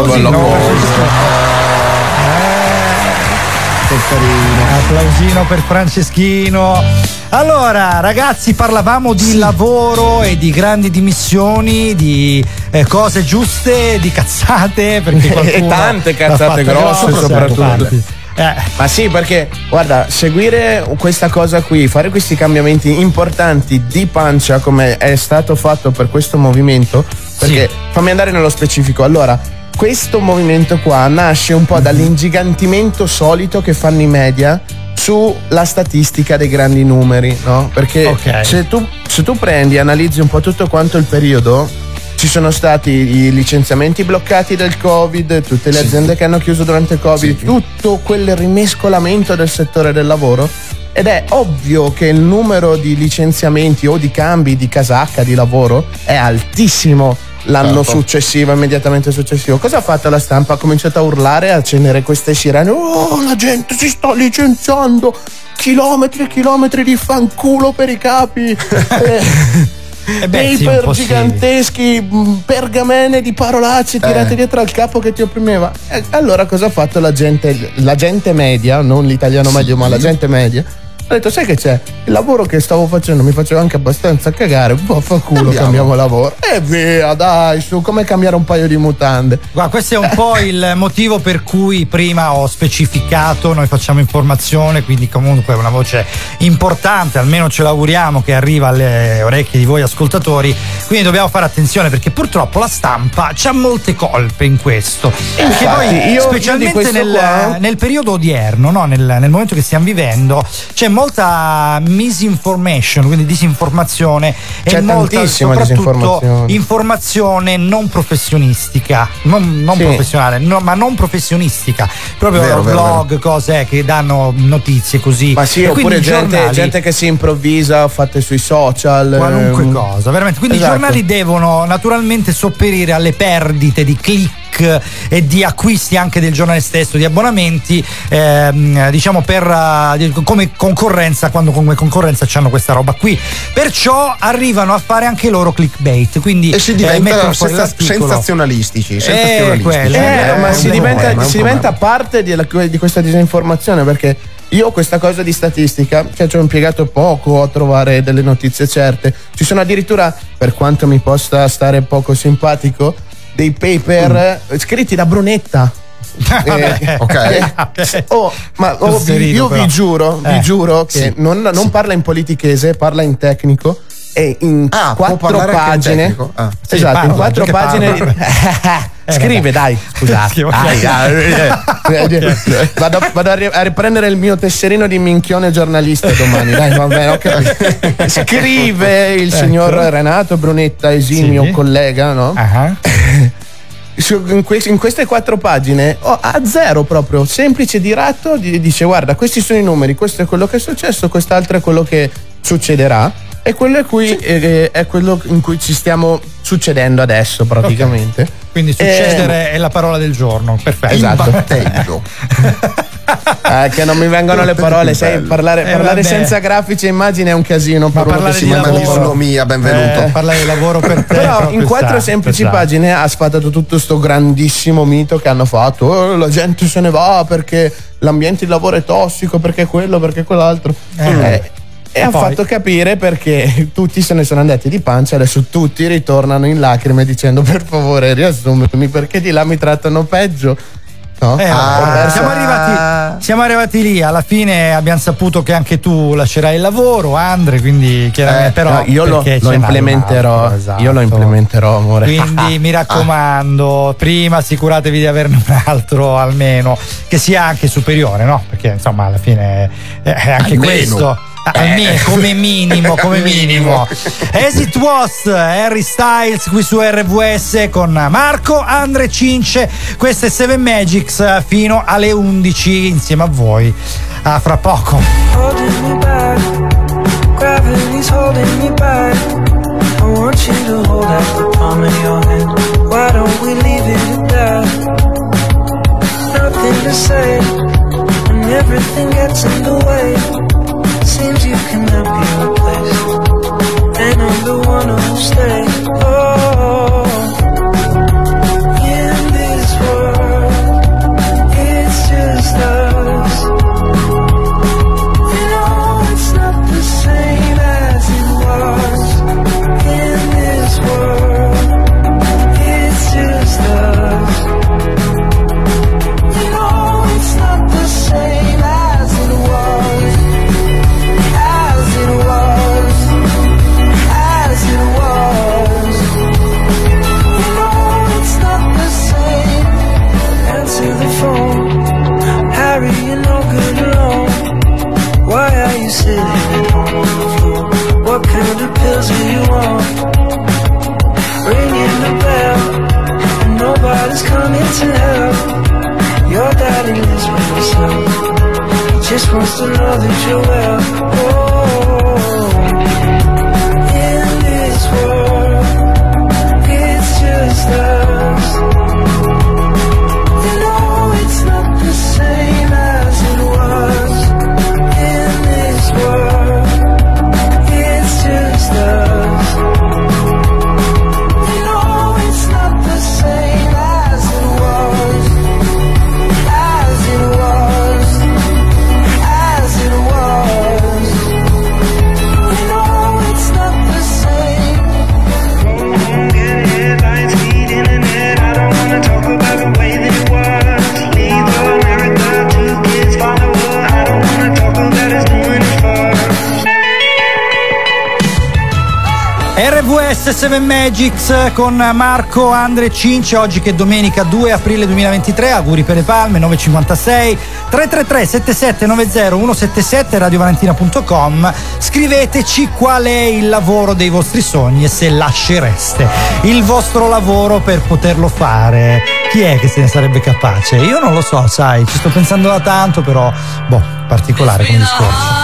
Applausino per Franceschino. Allora ragazzi, parlavamo di lavoro e di grandi dimissioni, di cose giuste, di cazzate, perché e tante cazzate grosse soprattutto. Ma sì, perché guarda, seguire questa cosa qui, fare questi cambiamenti importanti di pancia come è stato fatto per questo movimento, perché fammi andare nello specifico. Allora, questo movimento qua nasce un po' dall'ingigantimento solito che fanno i media sulla statistica dei grandi numeri, no? Perché se tu prendi e analizzi un po' tutto quanto il periodo, ci sono stati i licenziamenti bloccati del Covid, tutte le aziende che hanno chiuso durante il Covid, tutto quel rimescolamento del settore del lavoro, ed è ovvio che il numero di licenziamenti o di cambi di casacca di lavoro è altissimo l'anno successivo, immediatamente successivo. Cosa ha fatto la stampa? Ha cominciato a urlare, a accendere queste sirene. Oh, la gente si sta licenziando, chilometri e chilometri di fanculo per i capi. Paper giganteschi, pergamene di parolacce tirate dietro al capo che ti opprimeva. Allora cosa ha fatto la gente media, non l'italiano medio ma la gente media? Ha detto, sai che c'è? Il lavoro che stavo facendo mi faceva anche abbastanza cagare, vaffanculo, cambiamo lavoro. E via, dai, su, come cambiare un paio di mutande. Guarda, questo è un po' il motivo per cui prima ho specificato, noi facciamo informazione, quindi comunque è una voce importante, almeno ce l'auguriamo che arriva alle orecchie di voi ascoltatori, quindi dobbiamo fare attenzione perché purtroppo la stampa c'ha molte colpe in questo. Perché poi, specialmente nel periodo odierno, no? nel momento che stiamo vivendo, c'è molta misinformation, quindi disinformazione, c'è e molta soprattutto informazione non professionistica, non professionale, ma non professionistica, proprio blog, cose che danno notizie così. Ma sì, oppure gente che si improvvisa, fatte sui social, qualunque cosa, veramente. Quindi i giornali devono naturalmente sopperire alle perdite di click e di acquisti anche del giornale stesso, di abbonamenti, diciamo come concorrenza, quando come concorrenza c'hanno questa roba qui, perciò arrivano a fare anche loro clickbait, quindi e si diventa sensazionalistici, ma si diventa parte di questa disinformazione, perché io questa cosa di statistica ci ho impiegato poco a trovare delle notizie certe. Ci sono addirittura, per quanto mi possa stare poco simpatico, dei paper scritti da Brunetta. Io vi giuro che non parla in politichese, parla in tecnico, e in 4 pagine. Esatto, in 4 pagine. Scrive, dai, scusate. Vado a riprendere il mio tesserino di minchione giornalista domani. Dai, va bene, ok. Scrive il signor Renato Brunetta, esimio collega, no? In queste 4 pagine a zero, proprio semplice, diretto, dice: guarda, questi sono i numeri, questo è quello che è successo, quest'altro è quello che succederà, e quello è quello in cui ci stiamo succedendo adesso praticamente. Okay. Quindi succedere è la parola del giorno. Perfetto. Esatto. Che non mi vengono le parole, sai, parlare senza grafici e immagini è un casino. Ma per parlare di economia, benvenuto. Parlare di lavoro per te. Però in 4 semplici pagine ha sfatato tutto sto grandissimo mito che hanno fatto. La gente se ne va perché l'ambiente di lavoro è tossico, perché quello, perché quell'altro. E ha fatto capire perché tutti se ne sono andati di pancia, adesso tutti ritornano in lacrime dicendo: per favore riassumimi, perché di là mi trattano peggio. No? Siamo arrivati lì. Alla fine abbiamo saputo che anche tu lascerai il lavoro, Andre, quindi chiaramente però no, io lo implementerò. Esatto. Io lo implementerò, amore. Quindi mi raccomando, prima assicuratevi di averne un altro almeno che sia anche superiore, no? Perché insomma alla fine è anche questo. Come minimo. As It Was, Harry Styles qui su RVS con Marco, Andre, Cince. Questo è Seven Magics fino alle 11 insieme a voi. A fra poco. Holding me back, gravity's holding me back. I want you to hold out the palm of your hand. Why don't we leave it at that? Nothing to say, and everything gets in the way. Seems you cannot be replaced, and I'm the one who'll stay. Oh, in this world, it's just us. You know it's not the same as it was. In this world, it's just us. You know it's not the same as it was. Answer the phone, Harry, you're no good alone. Why are you sitting at home on the floor? What kind of pills do you want? Ringing the bell, and nobody's coming to help. Your daddy lives with himself, he just wants to know that you're well. Oh, in this world, it's just us. It's not the same as it was. In this world, it's just us. You know it's not the same as it was. As it was. As it was. You know it's not the same. Get headlines, feed internet. I don't wanna talk about the way that it was. RVS 7 Magics con Marco, Andre, Cince. Oggi che è domenica 2 aprile 2023. Auguri per le palme. 9:56 333 7790 177 radiovalentina.com. Scriveteci qual è il lavoro dei vostri sogni e se lascereste il vostro lavoro per poterlo fare. Chi è che se ne sarebbe capace? Io non lo so, sai, ci sto pensando da tanto, però particolare come discorso.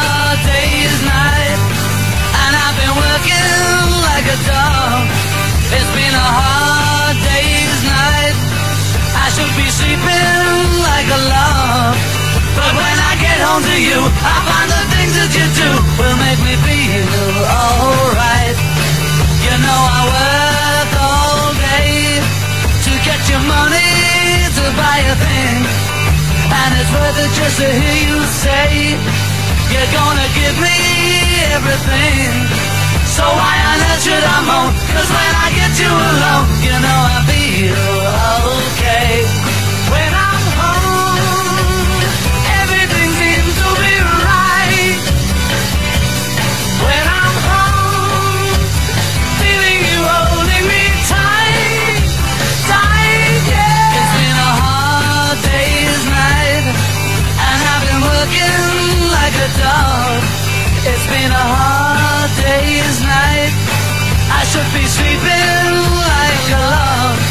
To you, I find the things that you do will make me feel alright. You know I work all day to get your money to buy a thing, and it's worth it just to hear you say you're gonna give me everything. So why on earth should I moan? 'Cause when I get you alone, you know I feel okay. When I'm home, everything seems to be right. When I'm home, feeling you holding me tight, tight, yeah. It's been a hard day's night, and I've been working like a dog. It's been a hard day's night, I should be sleeping like a log.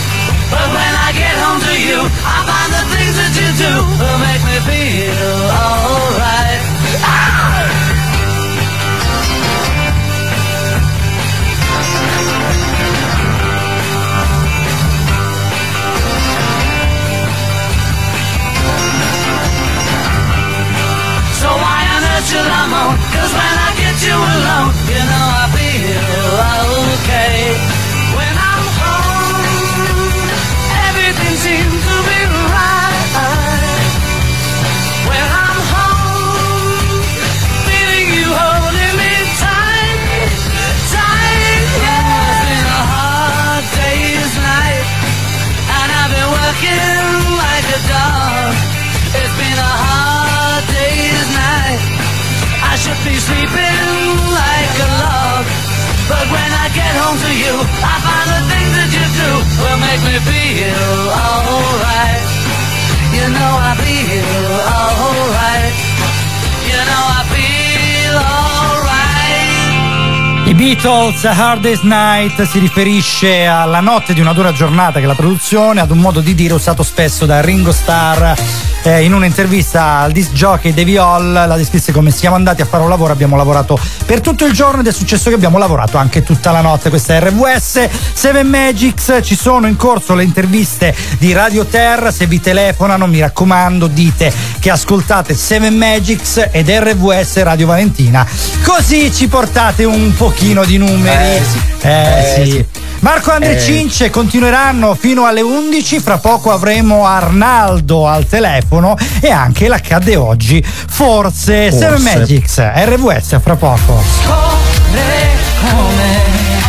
be sleeping like a log, but when I get home to you, I find the things that you do will make me feel alright. You know I feel alright. You know I feel alright. I Beatles, Hard Day's Night, si riferisce alla notte di una dura giornata, che è la traduzione, ad un modo di dire usato spesso da Ringo Starr. In un'intervista al disc jockey Davey Hall la descrisse come: siamo andati a fare un lavoro, abbiamo lavorato per tutto il giorno ed è successo che abbiamo lavorato anche tutta la notte. Questa è RVS 7 Magics. Ci sono in corso le interviste di Radio Terra. Se vi telefonano, mi raccomando, dite che ascoltate 7 Magics ed RVS Radio Valentina, così ci portate un pochino di numeri. Sì. Marco e Andre Cince continueranno fino alle 11. Fra poco avremo Arnaldo al telefono e anche l'accadde oggi. Forse 7 Magics, RVS a fra poco. Scopre come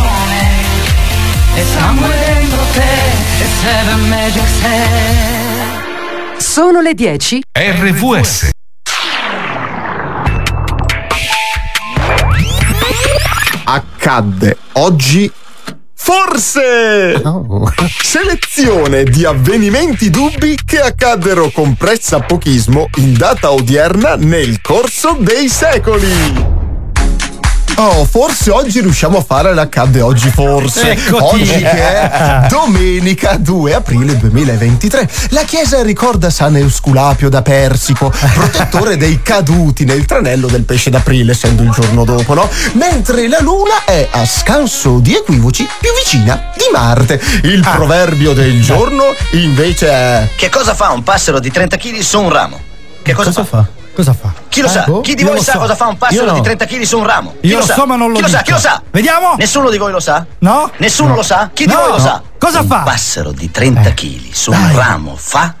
e sangue dentro te e 7 Magics è. Sono le 10. RVS. Accadde oggi. Forse! Selezione di avvenimenti dubbi che accaddero con pressapochismo in data odierna nel corso dei secoli. Forse oggi riusciamo a fare l'accadde oggi, forse. Eccoti. Oggi che è domenica 2 aprile 2023. La chiesa ricorda San Eusculapio da Persico, protettore dei caduti nel tranello del pesce d'aprile, essendo il giorno dopo, no? Mentre la luna è, a scanso di equivoci, più vicina di Marte. Il proverbio del giorno invece è: che cosa fa un passero di 30 kg su un ramo? Che cosa fa? Cosa fa? Chi lo sa? Chi di voi sa cosa fa un passero di 30 kg su un ramo? Io lo so, ma non lo dico. Chi lo sa? Vediamo? Nessuno di voi lo sa? No? Nessuno lo sa? Chi di voi lo sa? Cosa fa? Un passero di 30 kg su un ramo fa?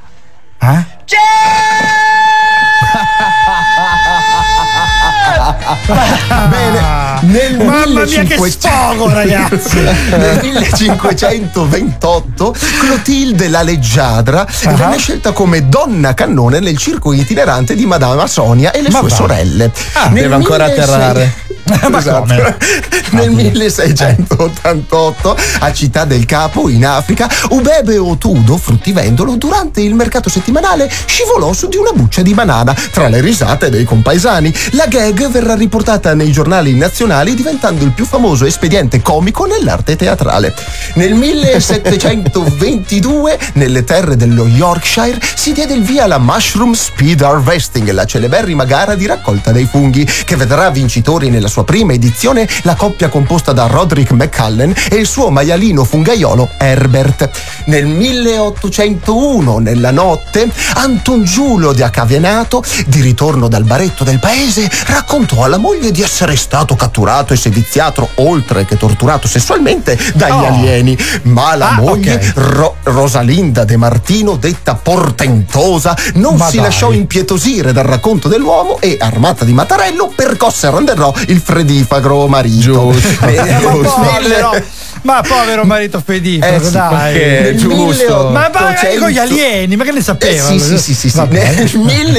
Bene, nel Mamma mia che sfogo, ragazzi. Nel 1528 Clotilde la Leggiadra venne scelta come donna cannone nel circo itinerante di Madama Sonia e le sue sorelle. Deve ancora atterrare. Esatto. Nel 1688 a Città del Capo in Africa Ubebe Otudo, fruttivendolo, durante il mercato settimanale scivolò su di una buccia di banana. Tra le risate dei compaesani, la gag verrà riportata nei giornali nazionali, diventando il più famoso espediente comico nell'arte teatrale. Nel 1722 nelle terre dello Yorkshire si diede il via alla Mushroom Speed Harvesting, la celeberrima gara di raccolta dei funghi, che vedrà vincitori nella sua prima edizione la coppia composta da Roderick McCallen e il suo maialino fungaiolo Herbert. Nel 1801, nella notte, Anton Giulio di Accavenato, di ritorno dal baretto del paese, raccontò alla moglie di essere stato catturato e seviziato, oltre che torturato sessualmente, dagli alieni. Ma la moglie, Rosalinda De Martino, detta Portentosa, non si lasciò impietosire dal racconto dell'uomo e, armata di mattarello, percosse a Randerò il fredifagro marito. Ma povero marito fedifagro, dai. Giusto. Ma con gli alieni, ma che ne sapeva? Sì. Nel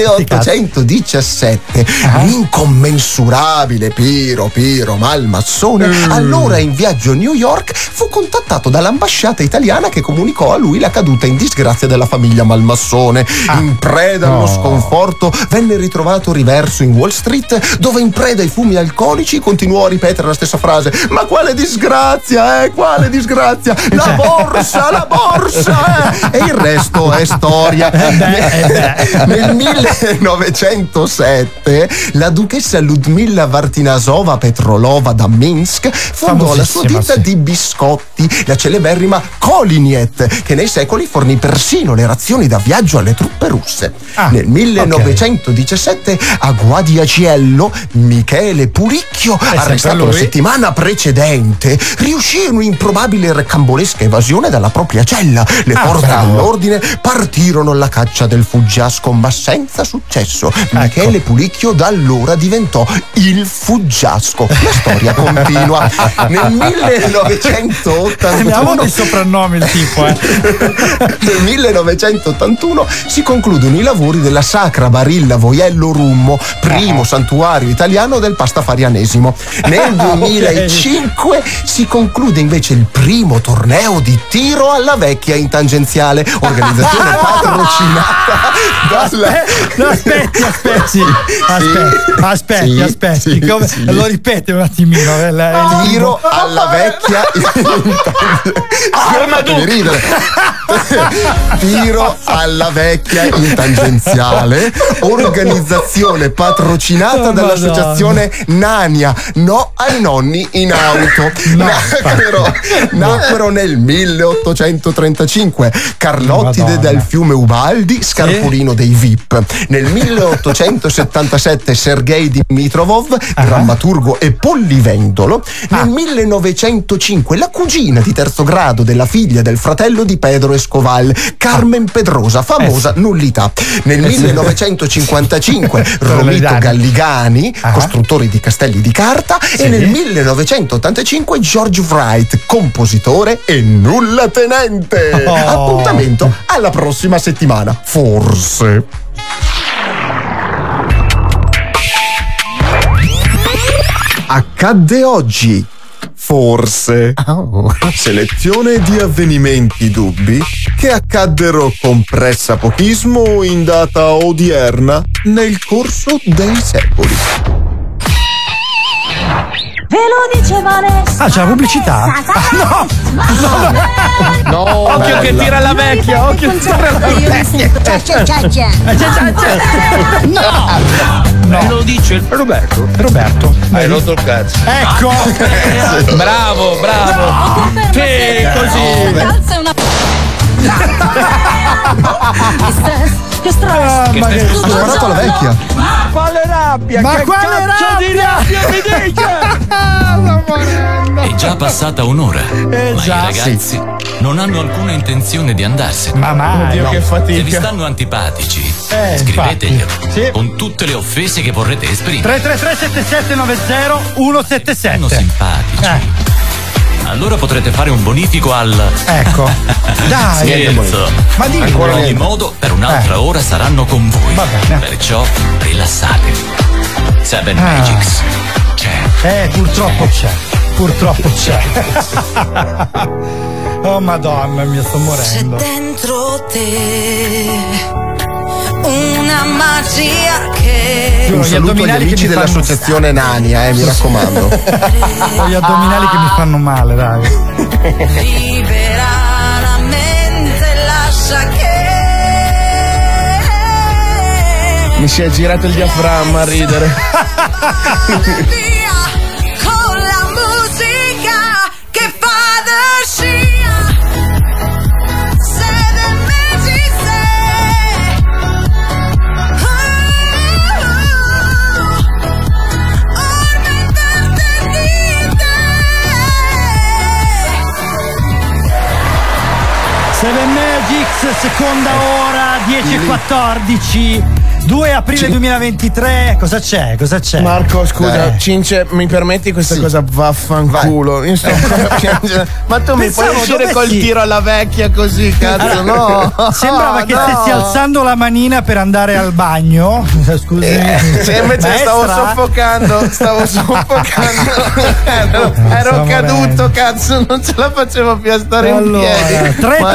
1817 l'incommensurabile Piero Malmassone, allora in viaggio a New York, fu contattato dall'ambasciata italiana che comunicò a lui la caduta in disgrazia della famiglia Malmassone. In preda allo sconforto venne ritrovato riverso in Wall Street, dove in preda ai fumi alcolici continuò a ripetere la stessa frase: ma quale disgrazia, quale disgrazia, la borsa e il resto è storia. Nel 1907 la duchessa Ludmilla Vartinasova Petrolova da Minsk fondò la sua ditta di biscotti, la celeberrima Koliniet, che nei secoli fornì persino le razioni da viaggio alle truppe russe. Nel 1917 a Guadiaciello Michele Puricchio, arrestato la settimana precedente, riuscì in un'improbabile e recambolesca evasione dalla propria cella. Le forze dell'ordine partirono alla caccia del fuggiasco, ma senza successo. Michele Pulicchio da allora diventò il fuggiasco. La storia continua. Nel 1981 abbiamo dei soprannomi il tipo, Nel 1981 si concludono i lavori della Sacra Barilla Voiello Rummo, primo santuario italiano del pastafarianesimo. Nel 2005 si conclude invece il primo torneo di tiro alla vecchia in tangenziale, organizzazione patrocinata dalla... Aspetti. Lo ripete un attimino. Tiro alla vecchia Tiro alla vecchia in tangenziale, organizzazione patrocinata dall'associazione Nania, no ai nonni in auto. Nacquero nel 1835 Carlottide del fiume Ubaldi, scarpolino dei VIP. Nel 1877 Sergei Dimitrovov, drammaturgo e pollivendolo. Nel 1905 la cugina di terzo grado della figlia del fratello di Pedro Escoval, Carmen Pedrosa, famosa nullità. Nel 1955 Romito Galligani, costruttore di castelli di carta. E nel 1985 George Wright, compositore e nullatenente. Appuntamento alla prossima settimana, forse. Accadde oggi, forse. Selezione di avvenimenti dubbi che accaddero con pressapochismo in data odierna nel corso dei secoli. Ve lo dice Vanessa. C'è la pubblicità? No, occhio che tira la vecchia, occhio che tira la vecchia. Me lo dice Roberto. Hai rotto il cazzo. Ecco. Bravo. Sì, così. Cazzo è una che stress. Ma che ha sparato la vecchia. Quale rabbia? Ma che quale cazzo di rabbia mi dice? È già passata un'ora, ma i ragazzi non hanno alcuna intenzione di andarsene. Ma mai. Oddio, che Se vi fatica. stanno antipatici, scriveteglielo con tutte le offese che vorrete esprimere. 333-7790-177. Sono simpatici. Allora potrete fare un bonifico al... Ecco. Dai. Scherzo. Ma dimmi. In ogni modo, per un'altra ora saranno con voi. Va bene. Perciò rilassatevi. Seven Magics c'è. Purtroppo c'è. Oh madonna mia, sto morendo. C'è dentro te una magia che Un saluto agli amici dell'associazione Nania, mi raccomando. Gli addominali che mi fanno male, dai. libera la mente, lascia che Mi si è girato il diaframma a ridere. via con la musica che fa da scia. Seven Magic Seven Magics, seconda ora, 10:14. 2 aprile 2023, cosa c'è? Marco, scusa, Cince, mi permetti questa cosa? Vaffanculo. Io sto ancora piangendo. Ma tu mi puoi uscire col tiro alla vecchia così, cazzo? No. Sembrava che stessi alzando la manina per andare al bagno. Scusi. Se invece stavo soffocando. Ero caduto, cazzo, non ce la facevo più a stare in piedi.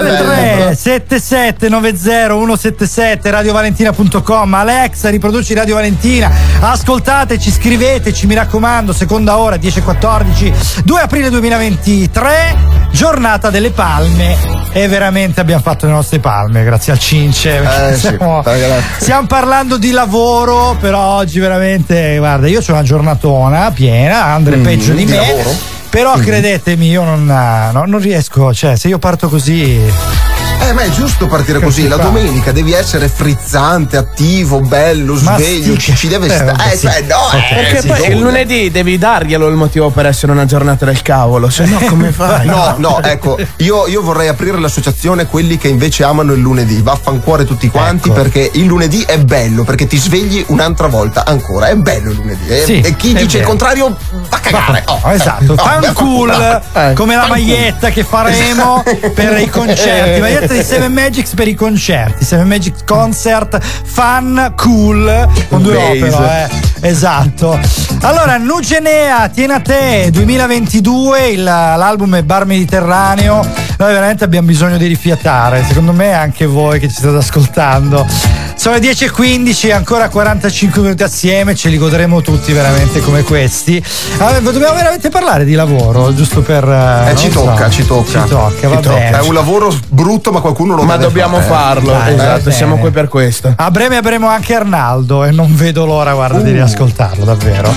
333-7790-177 radiovalentina.com. Alexa, riproduci Radio Valentina, ascoltateci, scriveteci, mi raccomando. Seconda ora, 10:14, 2 aprile 2023, giornata delle palme, e veramente abbiamo fatto le nostre palme grazie al Cince. Stiamo parlando di lavoro, però oggi veramente, guarda, io c'ho una giornatona piena, Andre peggio di me lavoro? però credetemi, io non riesco, cioè se io parto così Ma è giusto partire così. La domenica devi essere frizzante, attivo, bello, sveglio. Ci deve stare. Perché poi il lunedì devi darglielo il motivo per essere una giornata del cavolo, se no come fai? No, ecco, io vorrei aprire l'associazione quelli che invece amano il lunedì. Vaffancuore tutti quanti, perché il lunedì è bello, perché ti svegli un'altra volta ancora. È bello il lunedì. E chi dice il contrario va a cagare. Esatto, fan cool come la maglietta che faremo per i concerti. Maglietta di Seven Magics per i concerti. Seven Magics Concert Fan Cool con due opere. Esatto. Allora, Nugenea, Tieni a te 2022, l'album è Bar Mediterraneo. Noi veramente abbiamo bisogno di rifiatare, secondo me anche voi che ci state ascoltando. Sono le 10:15, ancora 45 minuti assieme, ce li godremo tutti veramente come questi. Dobbiamo veramente parlare di lavoro, giusto per ci tocca, va bene. È un lavoro brutto, ma qualcuno lo deve dobbiamo farlo. Esatto, siamo qui per questo. A breve avremo anche Arnaldo e non vedo l'ora, guarda, di riascoltarlo, davvero.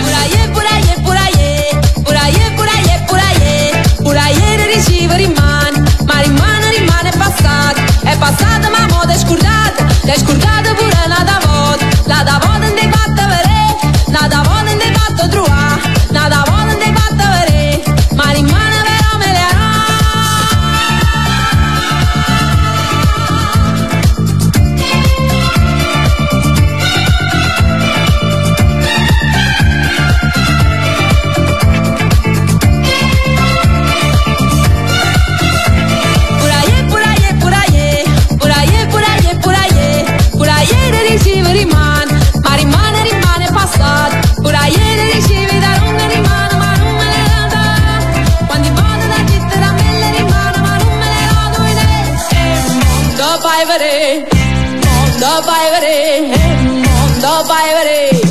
Rimane passato, è passata ma moda è scordata, l'hai scordata pure nada volta, la da volta non ti fatta vedere, nada volta non ti fatta trovare, nada volta non ti fatta vedere, ma rimane però me le rimane passato, pure ieri ricevi da lunga rimane, ma non me le dà, quando vado da città da me le rimane, ma non me le dà due idee, mondo vai vedere, mondo vai vedere, mondo vai vedere.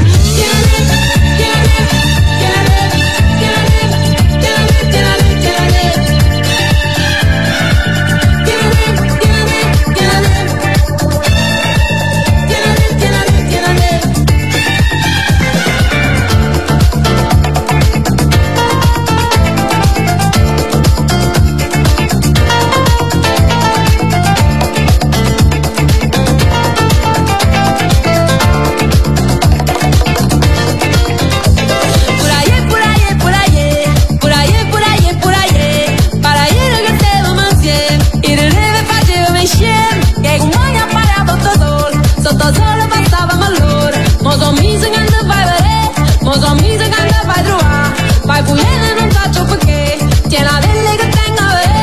Solo passavamo all'ora, mo son mise che non vai vedere, mo son mise che non vai trovare, vai pugliene non faccio perché, tieni a delle che tengo a vedere.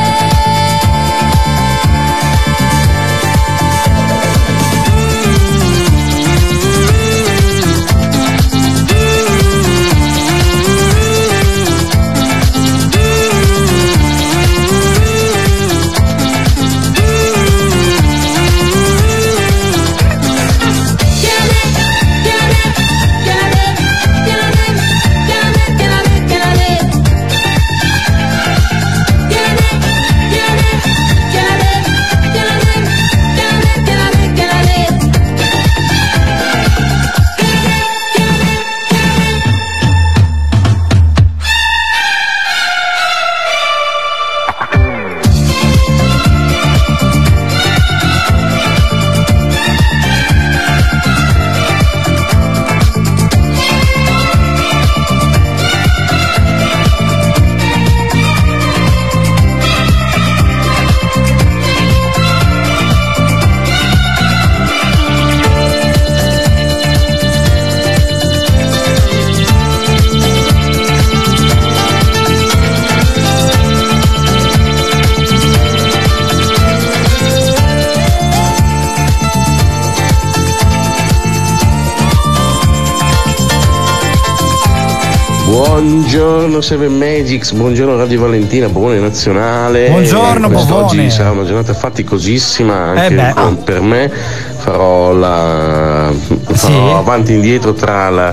Buongiorno Seven Magics, buongiorno Radio Valentina, buone nazionale. Buongiorno Bovone. Oggi sarà una giornata faticosissima anche per me. Farò avanti e indietro tra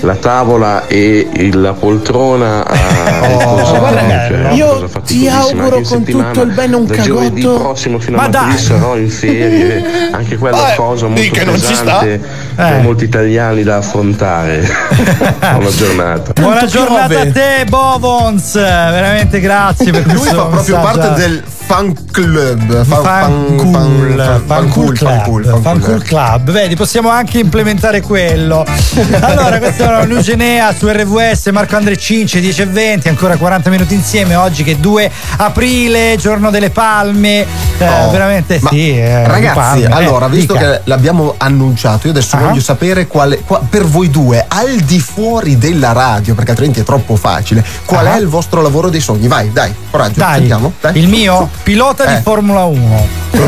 la tavola e la poltrona a riposo. Guarda, io ti auguro con tutto il bene un da giovedì prossimo fino a martedì sarò in ferie, anche quella cosa molto pesante per molti italiani da affrontare. Buona giornata. Buona giornata a te, Bovons, veramente grazie per lui questo fa proprio messaggio. parte del fan club, fan cool club. Vedi, possiamo anche implementare quello. Allora, questa era Nugenea su RVS, Marco Andre Cince, 10:20, ancora 40 minuti insieme oggi che è 2 aprile, giorno delle palme. Veramente sì. Ragazzi, palme. allora, visto dica. che l'abbiamo annunciato, io adesso voglio sapere per voi due, al di fuori della radio, perché altrimenti è troppo facile, qual è il vostro lavoro dei sogni? Vai, dai, coraggio, sentiamo. Dai. Il mio? Pilota di Formula 1.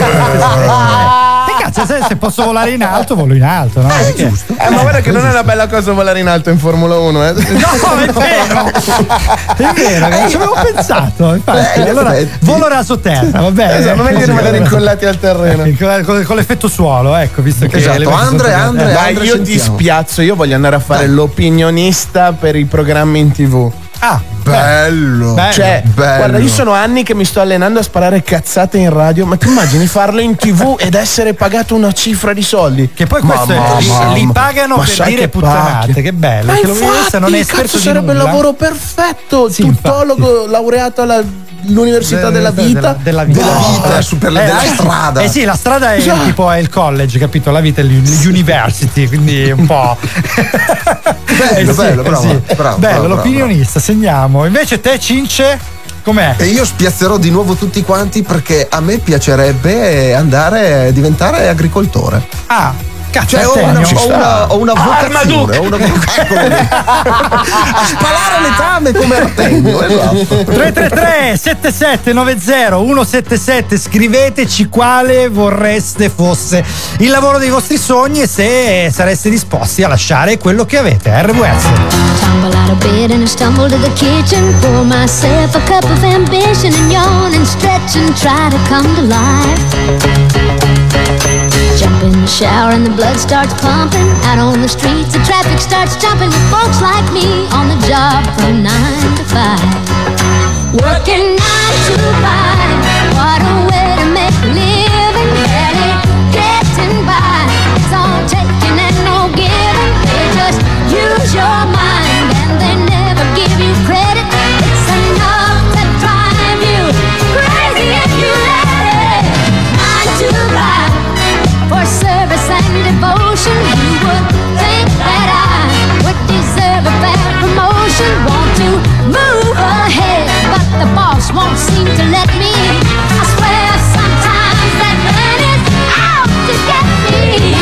Cazzo, se posso volare in alto, volo in alto, no? Giusto. Ma guarda che non è una bella cosa volare in alto in Formula 1, No, è vero! È vero, che ci avevo pensato. Infatti, allora volo raso terra, va bene. Esatto, meglio di rimanere incollati al terreno. Con l'effetto suolo, ecco, visto che. Esatto, Andre, dai, io ti spiazzo, io voglio andare a fare l'opinionista per i programmi in TV. Ah, bello. Cioè, guarda, io sono anni che mi sto allenando a sparare cazzate in radio, ma ti immagini farlo in TV ed essere pagato una cifra di soldi? Che poi questo li pagano per dire puttanate, che bello. Ma che infatti, non è esperto cazzo, di sarebbe nulla. il lavoro perfetto. Tuttologo, laureato all'Università della Vita. Della vita, della strada. Eh sì, la strada è tipo è il college, capito? La vita è l'university, quindi un po'. Bello, bravo. L'opinionista, segniamo. Invece te, Cince, com'è? E io spiazzerò di nuovo tutti quanti perché a me piacerebbe andare a diventare agricoltore. Ah. Cazzo, cioè, ho una vocazione, a spalare letame come Artemio. Esatto. 333 7790 177, scriveteci quale vorreste fosse il lavoro dei vostri sogni e se sareste disposti a lasciare quello che avete. RVS. Tumble out of bed and I stumble to the kitchen, pour myself a cup of ambition and yawn and stretch and try to come to life. Jump in the shower and the blood starts pumping. Out on the streets the traffic starts jumping with folks like me on the job from 9 to 5. Working 9 to 5, what a way to make a living. Barely getting by, it's all taking and no giving. They just use your mind and they never give you credit. It's enough to drive you crazy if you let it. 9 to 5, for service and devotion. You would think that I would deserve a bad promotion. Want to move ahead, but the boss won't seem to let me. I swear sometimes that man is out to get me.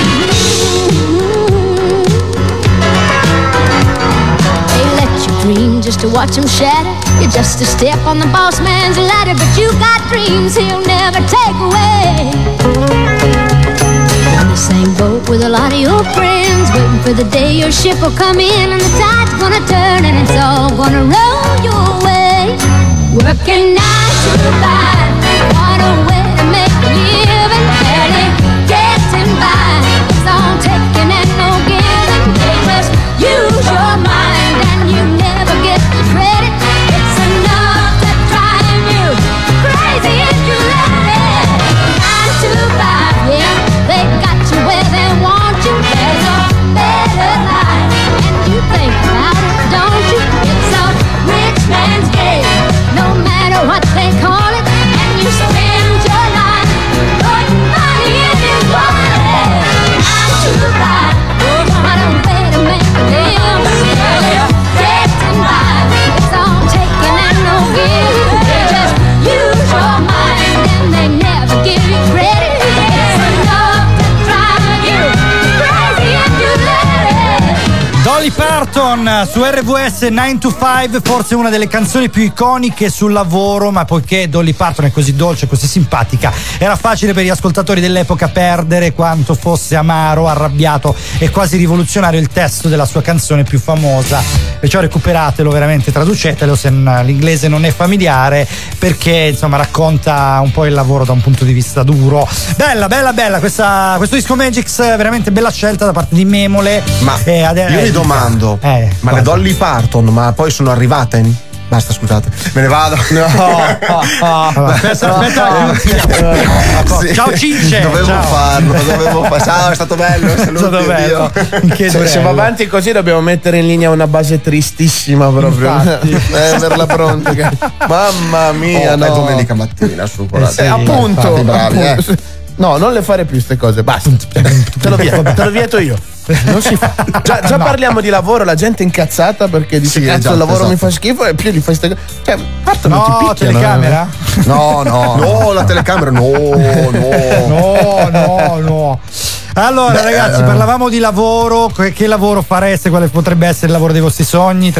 They let you dream just to watch him shatter. You're just a step on the boss man's ladder, but you got dreams he'll never take away. The same boat with a lot of your friends, waiting for the day your ship will come in and the tide's gonna turn and it's all gonna roll your way. Working 9 to 5, what a way to make a living. Barely getting by, it's all taking and no giving. They just use your mind and you never get the credit. It's enough to drive you crazy if you let it. 9 to 5, yeah, they got where they want you. There's a better life, and you think about it, don't you? It's a rich man's game, no matter what they call it. And you spend your life putting money in your wallet. 9 to 5, what a way to make a living. Getting by, it's all taking and no giving. They just use your mind and they never give you credit. It's enough to drive you crazy if you let it. Dolly Parton su RVS 9 to 5, forse una delle canzoni più iconiche sul lavoro, ma poiché Dolly Parton è così dolce, così simpatica, era facile per gli ascoltatori dell'epoca perdere quanto fosse amaro, arrabbiato e quasi rivoluzionario il testo della sua canzone più famosa. Perciò recuperatelo, veramente traducetelo se l'inglese non è familiare, perché insomma racconta un po' il lavoro da un punto di vista duro. Bella questo disco Magix, veramente bella scelta da parte di Memole. Ma io mi domando, Ma le Dolly Parton, ma poi sono arrivate? Basta, scusate, me ne vado. Aspetta. Sì. Ciao Cince. Dovevo farlo. Ciao, è stato bello. Se va avanti così dobbiamo mettere in linea una base tristissima proprio. Averla pronta. Mamma mia, no. È domenica mattina, su. Appunto. Bravi, No, non le fare più queste cose, basta. Te lo vieto io. Non si fa. Già parliamo di lavoro, la gente è incazzata perché dice cazzo il lavoro mi fa schifo e più gli fai ste cose. Cioè, partono, ti picchiano. Telecamera? No, la telecamera no. Allora ragazzi, parlavamo di lavoro, che lavoro fareste, quale potrebbe essere il lavoro dei vostri sogni?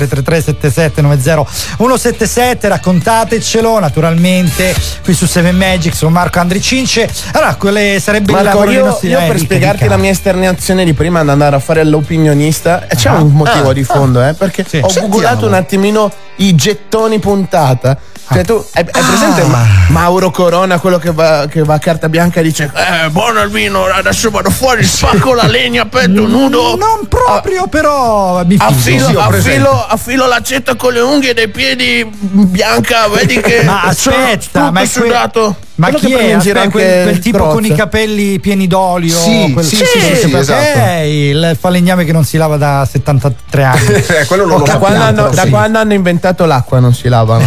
333-7790-177, raccontatecelo naturalmente qui su 7 Magics con Marco Andricince. Allora, quelle sarebbe il lavoro dei nostri io per spiegarti la mia esternazione di prima, andare a fare l'opinionista, c'è un motivo di fondo, perché ho googolato un attimino i gettoni puntata. Cioè tu hai presente Mauro Corona, quello che va a carta bianca e dice buono il vino, adesso vado fuori, spacco la legna a petto nudo. Non proprio, però mi affilo l'aceto con le unghie dei piedi bianca, vedi che ma aspetta, ma è sudato. Ma chi è? Quel tipo Crozza. con i capelli pieni d'olio? Sì, esatto. Il falegname che non si lava da 73 anni. Quello non lo da quando hanno inventato l'acqua non si lavano.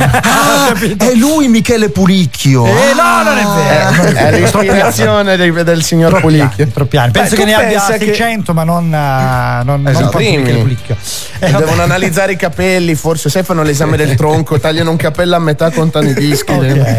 È lui Michele Pulicchio. No, non è vero. È l'ispirazione del signor Pulicchio. Penso che ne abbia 600, ma non quanto Michele Pulicchio. Devono analizzare i capelli, forse se fanno l'esame del tronco, tagliano un capello a metà, contano i dischi.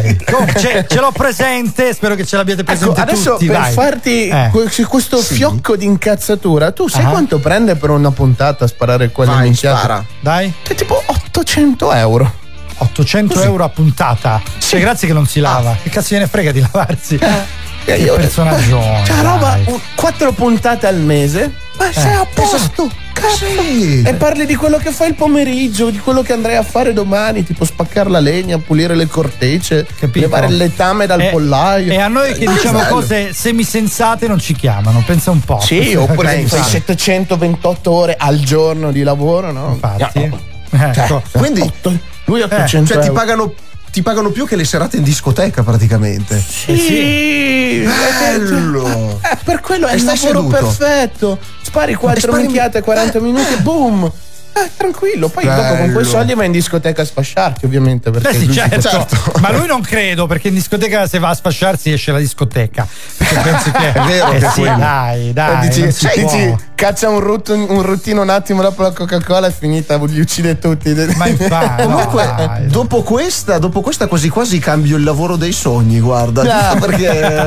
Ce l'ho presente, spero che ce l'abbiate presente adesso tutti. Per farti questo fiocco di incazzatura, tu sai quanto prende per una puntata a sparare quelle minchiate? Spara. Dai. È tipo 800 euro. 800 euro a puntata. Cioè, grazie che non si lava. Che cazzo gliene frega di lavarsi? Che personaggio. C'è roba 4 puntate al mese. Ma sei a posto. Sì. E parli di quello che fai il pomeriggio, di quello che andrei a fare domani, tipo spaccare la legna, pulire le cortecce, levare il letame dal pollaio. E a noi che diciamo cose semisensate non ci chiamano, pensa un po'. Sì, oppure fai 728 ore al giorno di lavoro, no? Infatti. Quindi lui 800 cioè ti pagano più che le serate in discoteca praticamente. Sì. Bello. Per quello è il lavoro seduto. Perfetto. Spari 4 minchiate, 40 minuti e boom. Tranquillo, poi dopo con quei soldi vai in discoteca a sfasciarti, ovviamente. Perché sì, certo. Ma lui non credo, perché in discoteca se va a sfasciarsi esce la discoteca. Perché pensi che è vero che sì, dai. Dici, caccia un ruttino un attimo dopo la Coca-Cola, è finita, li uccide tutti. Ma infatti, comunque, dopo questa quasi quasi cambio il lavoro dei sogni, guarda. Perché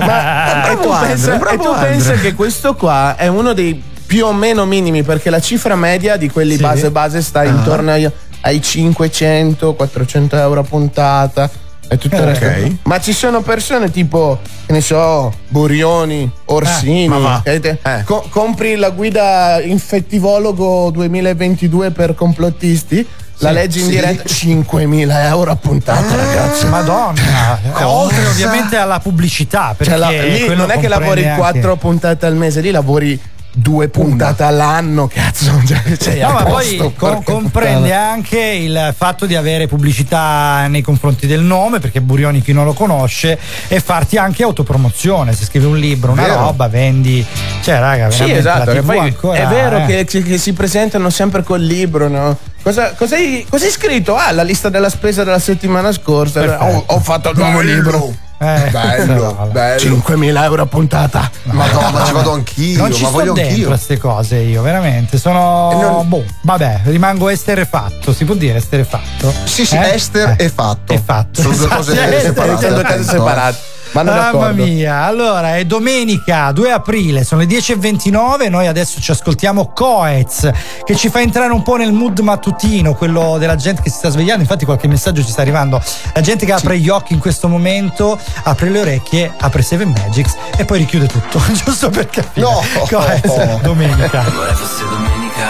tu pensa che questo qua è uno dei più o meno minimi, perché la cifra media di quelli base sta intorno ai 500-400 euro a puntata e tutto il resto. Ma ci sono persone tipo, che ne so, Burioni, Orsini, compri la guida infettivologo 2022 per complottisti, la leggi in diretta, 5.000 euro a puntata, ragazzi. Madonna. Oltre ovviamente alla pubblicità, perché lì non è che lavori 4 puntate al mese, lì lavori 2 puntate all'anno, cazzo. Ma poi comprende anche il fatto di avere pubblicità nei confronti del nome, perché Burioni chi non lo conosce, e farti anche autopromozione. Se scrivi un libro, una roba, vendi. Cioè, raga, veramente. Sì, esatto. Che poi ancora, è vero che si presentano sempre col libro, no? Cosa hai scritto? La lista della spesa della settimana scorsa. Ho fatto il nuovo libro. Bello. 5.000 euro a puntata. Madonna, ci vado anch'io. Non ci sto dentro queste cose io, veramente. Sono vabbè, rimango esterefatto. Si può dire esterefatto? Sì, ester e fatto. E fatto. Sono due cose separate. Mamma mia, allora è domenica 2 aprile, sono le 10:29. Noi adesso ci ascoltiamo Coez, che ci fa entrare un po' nel mood mattutino, quello della gente che si sta svegliando. Infatti qualche messaggio ci sta arrivando, la gente che apre gli occhi in questo momento, apre le orecchie, apre 7 Magics e poi richiude tutto, giusto per capire. Coez, domenica. Vorrei fosse domenica,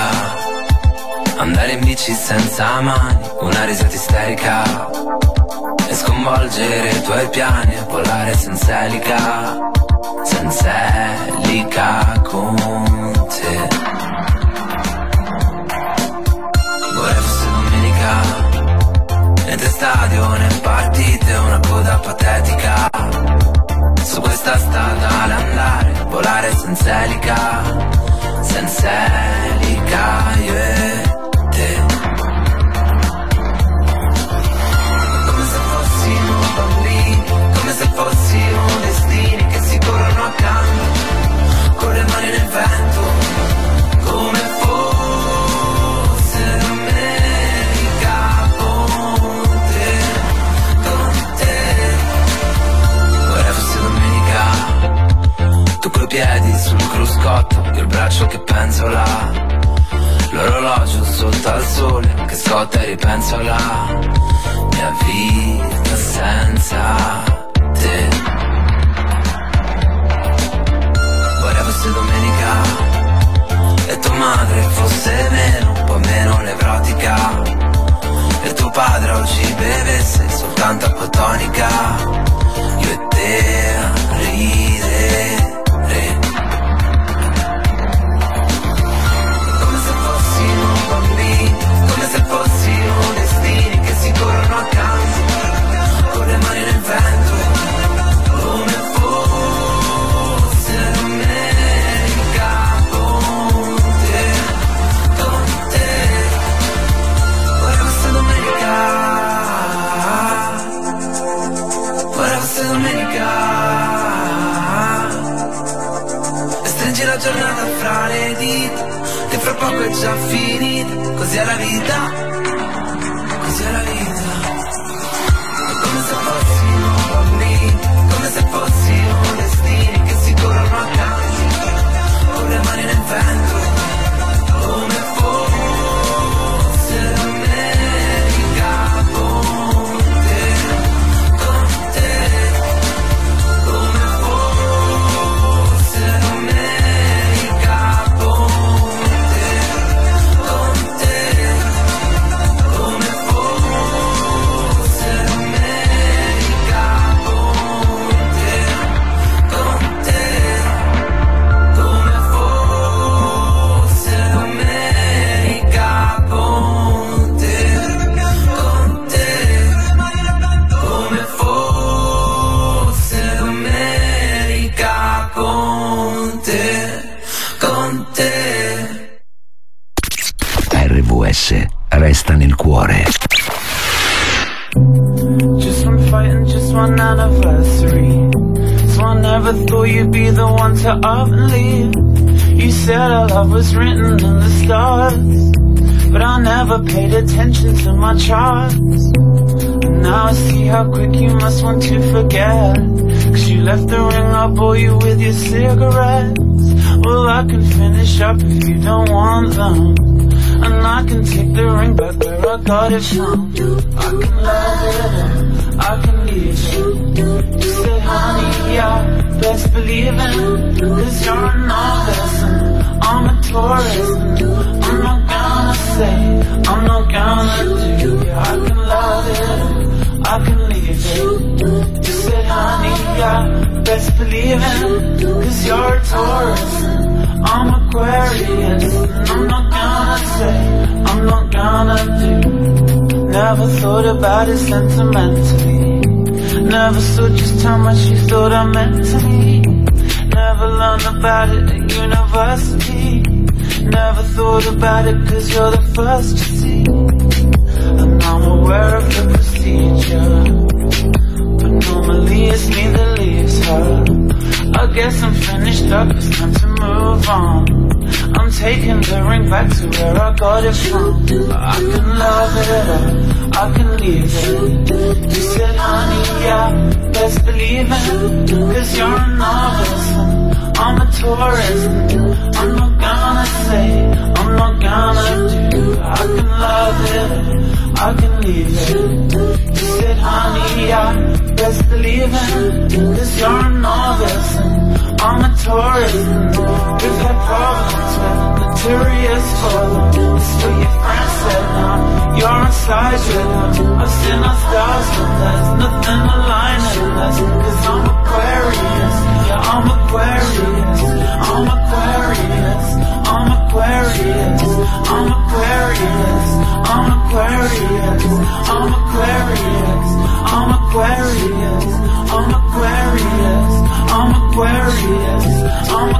andare in bici senza mani, una risata isterica e sconvolgere i tuoi piani e volare senza elica con te. volare senza elica, io e te. Come se fossimo bambini, come se fossimo destini che si corrono accanto, con le mani nel vento, come fosse domenica con te, vorrei fosse domenica, tu coi piedi sul cruscotto, io il braccio che penzola, l'orologio sotto al sole che scotta e ripenso alla mia vita senza te. Vorrei fosse domenica e tua madre fosse meno, un po' meno nevrotica, e tuo padre oggi bevesse soltanto acqua tonica, io e te a ridere. Come se fossimo destini che si corrono accanto, con le mani nel vento, come fosse domenica con te, vorrei fosse domenica, vorrei fosse domenica, e stringi la giornata fra le dita, che fra poco è già finita, così è la vita, così è la vita. Come se fossimo bambini, come se fossimo destini che si corrono accanto, con le mani nel vento, come fosse domenica con te, come fosse domenica con te. RVS resta nel cuore. Just one fight and just one anniversary. So I never thought you'd be the one to up and leave. You said our love was written in the stars, but I never paid attention to my charts. And now I see how quick you must want to forget, 'cause you left the ring, I bore you with your cigarettes. Well, I can finish up if you don't want them, and I can take the ring back where I got it from. I can love it, I can leave it. You said, honey, yeah, best believe it, 'cause you're a novice and I'm a tourist. I'm not gonna say, I'm not gonna do. Yeah, I can love it, I can leave it. You said, honey, yeah, best believe it, 'cause you're a tourist. I'm Aquarius, and I'm not gonna say, I'm not gonna do. Never thought about it sentimentally, never saw just how much you thought I meant to me. Never learned about it at university, never thought about it 'cause you're the first to see. And I'm aware of the procedure, but normally it's me that leaves her. I guess I'm finished up, it's time to move on. I'm taking the ring back to where I got it from. I can love it, I can leave it. You said, honey, yeah, best believe it, 'cause you're a novice and I'm a tourist. I'm not gonna say, I'm not gonna do. I can love it, I can leave it. You said, honey, yeah, best believe it, 'cause you're a novice and I'm a tourist. We've had problems with notorious for them. It's what your friends said now. You're inside with them. I've seen our stars, but there's nothing aligning us. 'Cause I'm Aquarius, yeah, I'm Aquarius. I'm Aquarius, I'm Aquarius. I'm Aquarius, I'm Aquarius. I'm Aquarius, I'm Aquarius. I'm Aquarius, I'm Aquarius. I'm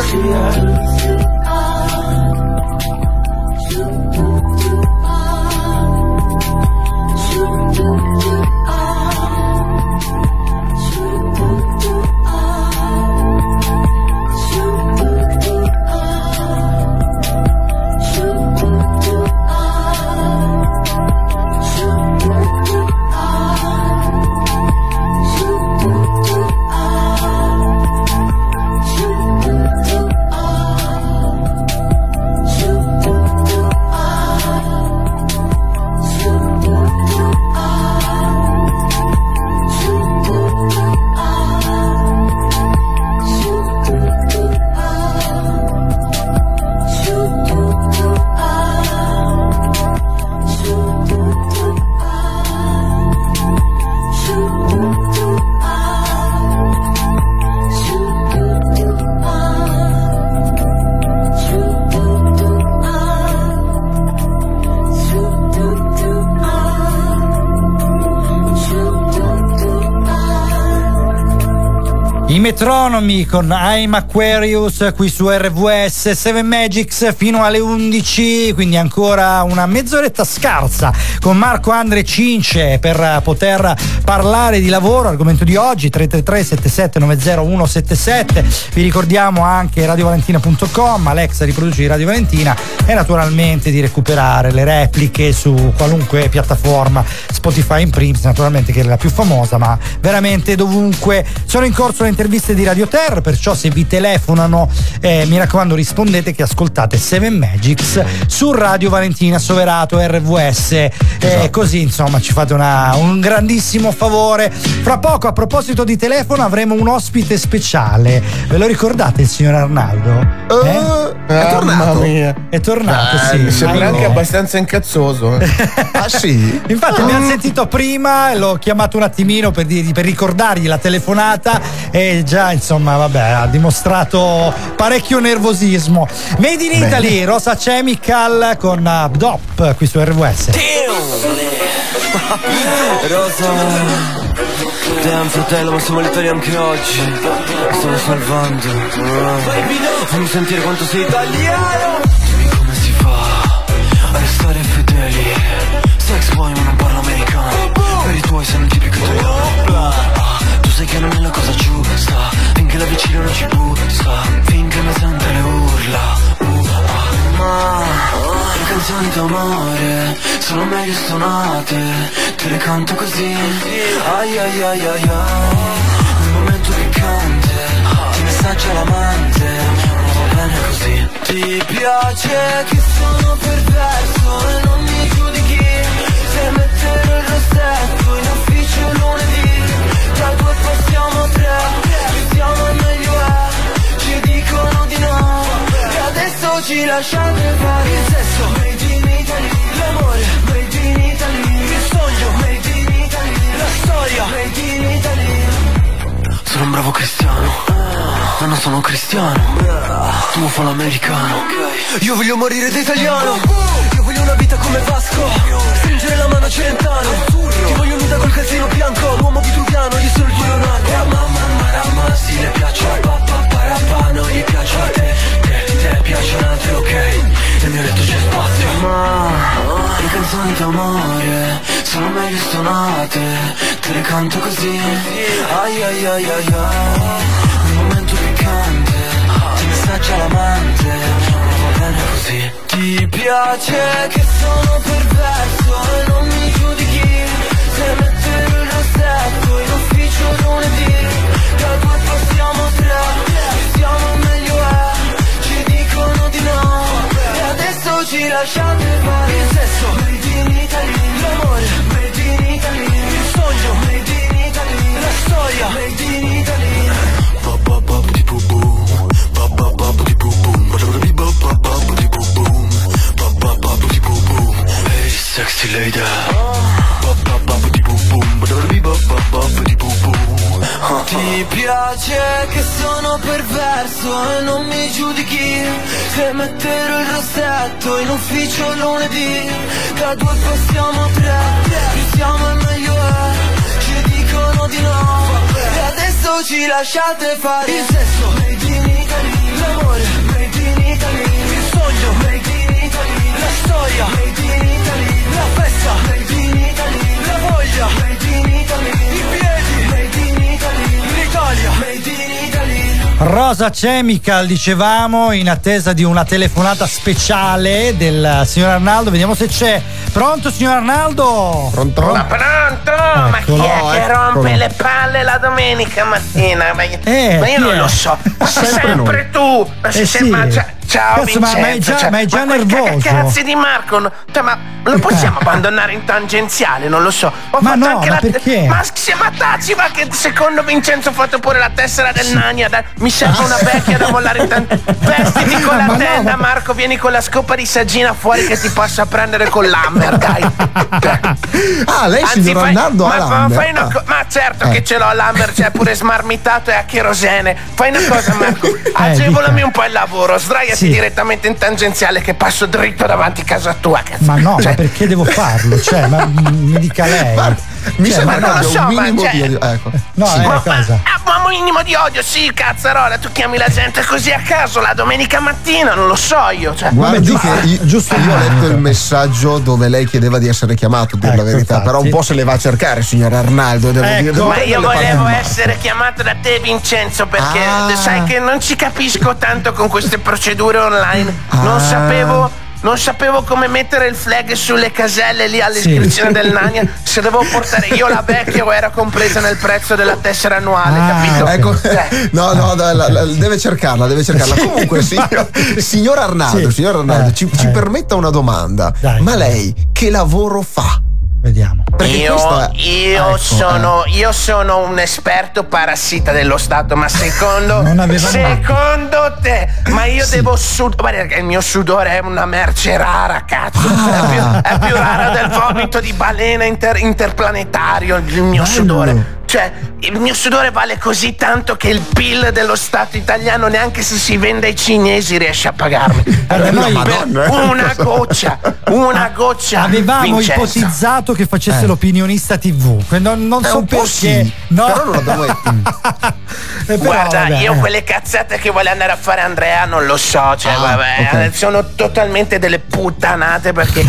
I Metronomi con I'm Aquarius qui su RVS 7 Magics fino alle 11, quindi ancora una mezz'oretta scarsa con Marco Andre Cince per poter parlare di lavoro, argomento di oggi 333 77 90 177. Vi ricordiamo anche radiovalentina.com, Alexa riproduce di Radio Valentina, e naturalmente di recuperare le repliche su qualunque piattaforma, Spotify in primis naturalmente, che è la più famosa, ma veramente dovunque. Sono in corso le interviste di Radio Terra, perciò se vi telefonano mi raccomando rispondete che ascoltate 7 Magics su Radio Valentina Soverato RVS, così insomma ci fate un grandissimo favore. Fra poco, a proposito di telefono, avremo un ospite speciale, ve lo ricordate il signor Arnaldo? È tornato? È tornato, sì. Mi sembra anche abbastanza incazzoso. Ah sì? Infatti abbiamo sentito prima, l'ho chiamato un attimino per ricordargli la telefonata e già insomma vabbè ha dimostrato parecchio nervosismo. Made in Italy, Rosa Chemical con Abdop qui su RVS. Rosa, damn fratello, ma siamo letali anche oggi. Mi sto salvando. Fammi sentire quanto sei italiano. Dimmi come si fa a restare fedeli. Sex boy ma non parlo americano. Per i tuoi sei un tipico italiano. Tu sai che non è la cosa giusta, finché la vicina non ci bussa, finché mi sente le urla. Ma le canzoni d'amore sono meglio suonate, te le canto così. Ai ai ai ai ai. Nel momento piccante ti messaggia l'amante, non va bene così. Ti piace che sono perverso e non mi giudichi, se mettere il rossetto in ufficio lunedì. Tra due passiamo tre, più siamo meglio è, ci dicono di no e adesso ci lasciate fare il sesso. Made in Italy, l'amore made in Italy, il sogno made in Italy, la storia made in Italy. Sono un bravo cristiano, ma non sono un cristiano. Tu non fa l'americano, io voglio morire da italiano. Io voglio una vita come Vasco, stringere la mano a Celentano. Ti voglio nuda col calzino bianco, l'uomo vitruviano, gli sono il Leonardo. Mamma, sì le piaccio a papà, parapà, non gli piaccio a te. Te piacciono a te, ok, nel mio letto c'è spazio. Ma le canzoni d'amore sono meglio suonate, te le canto così. Ai ai ai ai ai. Nel momento piccante ti messaggia l'amante, non va bene così. Ti piace che sono perverso e non mi giudichi, se mettere il rossetto in ufficio lunedì. Da due passiamo tre, più siamo meglio è, ci dicono di no e adesso ci lasciate fare il sesso. Made in Italy, l'amore made in Italy, il sogno made in Italy, la storia made in Italy. Hey sexy lady, ti piace che sono perverso e non mi giudichi, se metterò il rossetto in ufficio lunedì. Da due passiamo tre, più siamo e meglio è, ci dicono di no e adesso ci lasciate fare il sesso. Made in Italy, l'amore Rosa Chemical, dicevamo, in attesa di una telefonata speciale del signor Arnaldo. Vediamo se c'è. Pronto, signor Arnaldo? Pronto? Ma pronto? Ma chi è che rompe le palle la domenica mattina? Ma io non lo so. Sempre tu. Ciao Cazzo, Vincenzo. ma è già nervoso. Cazzi di Marco. Ma lo possiamo abbandonare in tangenziale? Non lo so. Ma no, ma perché? Ma taci, ma che secondo Vincenzo ho fatto pure la tessera del Narnia. Mi serve una vecchia da mollare in vestiti con la tenda, Marco, vieni con la scopa di saggina fuori che ti possa prendere con l'hammer, dai. Lei signor Arnaldo ha l'hammer. Ma certo che ce l'ho l'hammer, c'è pure smarmitato e a cherosene. Fai una cosa, Marco, agevolami un po' il lavoro, sdraiati direttamente in tangenziale che passo dritto davanti a casa tua. Ma no, ma perché devo farlo? Cioè, ma mi dica lei. Mi sembra che abbia un minimo di odio. Ecco. No, cosa? Ma un minimo di odio, sì, cazzarola. Tu chiami la gente così a caso la domenica mattina, non lo so io. Cioè. Guardi che io ho letto il messaggio dove lei chiedeva di essere chiamato, a dire la verità. Infatti. Però un po' se le va a cercare, signor Arnaldo. Devo dire. Ma io volevo essere chiamato da te, Vincenzo, perché sai che non ci capisco tanto con queste procedure online. Non sapevo come mettere il flag sulle caselle lì all'iscrizione del Narnia. Se dovevo portare io la vecchia o era compresa nel prezzo della tessera annuale, capito? Ecco. No, deve cercarla. Comunque, signor Arnaldo, ci permetta una domanda. Dai, ma lei che lavoro fa? Vediamo. Io sono un esperto parassita dello Stato, ma secondo te, ma io devo guarda che il mio sudore è una merce rara, cazzo. È più rara del vomito di balena interplanetario, il mio sudore. Cioè, il mio sudore vale così tanto che il PIL dello Stato italiano, neanche se si vende ai cinesi, riesce a pagarmi. Una goccia. Avevamo Vincenzo. ipotizzato che facesse l'opinionista TV. Non so perché. Sì. No. Però non l'abbiamo Guarda, io quelle cazzate che vuole andare a fare Andrea non lo so, cioè okay. Sono totalmente delle puttanate perché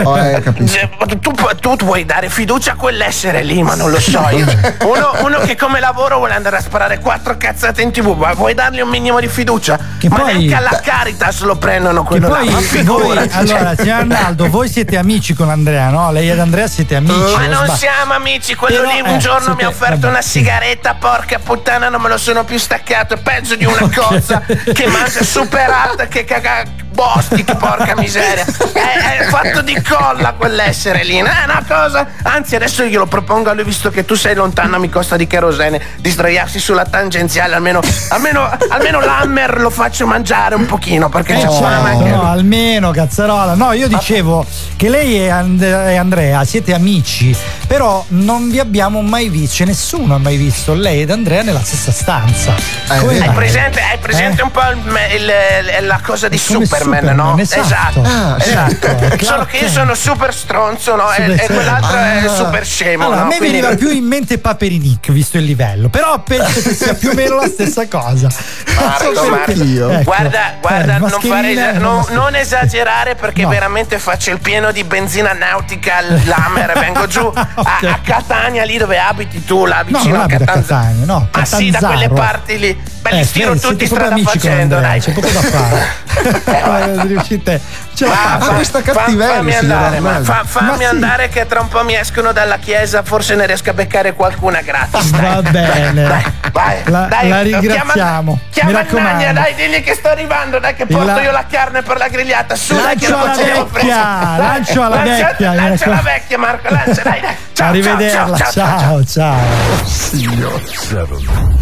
tu vuoi dare fiducia a quell'essere lì, ma non lo so io. Uno che come lavoro vuole andare a sparare 4 cazzate in TV, ma vuoi dargli un minimo di fiducia? Che ma poi, neanche alla Caritas lo prendono quello là. Allora, signor Arnaldo, voi siete amici con Andrea, no? Lei ed Andrea siete amici. Ma non siamo amici, quello lì un giorno mi ha offerto una sigaretta, porca puttana, non me lo sono più staccato, peggio di una cozza che mangia superata, che caga bosti, che porca miseria. È fatto di colla quell'essere lì, è una cosa. Anzi, adesso glielo propongo a lui, visto che tu sei lontano, mi costa di kerosene, di sdraiarsi sulla tangenziale, almeno l'hammer lo faccio mangiare un pochino, perché c'è fame anche. No, almeno cazzarola. No, io dicevo che lei e Andrea siete amici, però non vi abbiamo mai visto, cioè nessuno ha mai visto lei ed Andrea nella stessa stanza. Hai presente un po' la cosa di Superman, no? Esatto. Solo che io sono super stronzo, no? E quell'altro è super scemo. Allora, no? a me veniva più in mente Paperinic, visto il livello, però penso che sia più o meno la stessa cosa. Marco, guarda, non esagerare, perché veramente faccio il pieno di benzina nautica all'Hammer e vengo giù a Catania, lì dove abiti tu, là vicino a Catania. No, ah sì, da quelle parti lì. Beh, li stiro tutti strada facendo, dai. C'è poco da fare. Riuscite. Questa cattiveria. Fammi andare, che tra un po' mi escono dalla chiesa, forse ne riesco a beccare qualcuna gratis. Va bene. Dai, la ringraziamo. Chiama Nagna, dai, digli che sto arrivando, dai, che porto io la carne per la grigliata. Su, dai, che lo facciamo fresco. Lancio alla vecchia. Lancia la vecchia, Marco, lancia, dai. Ciao, arrivederla. Ciao. Signor 7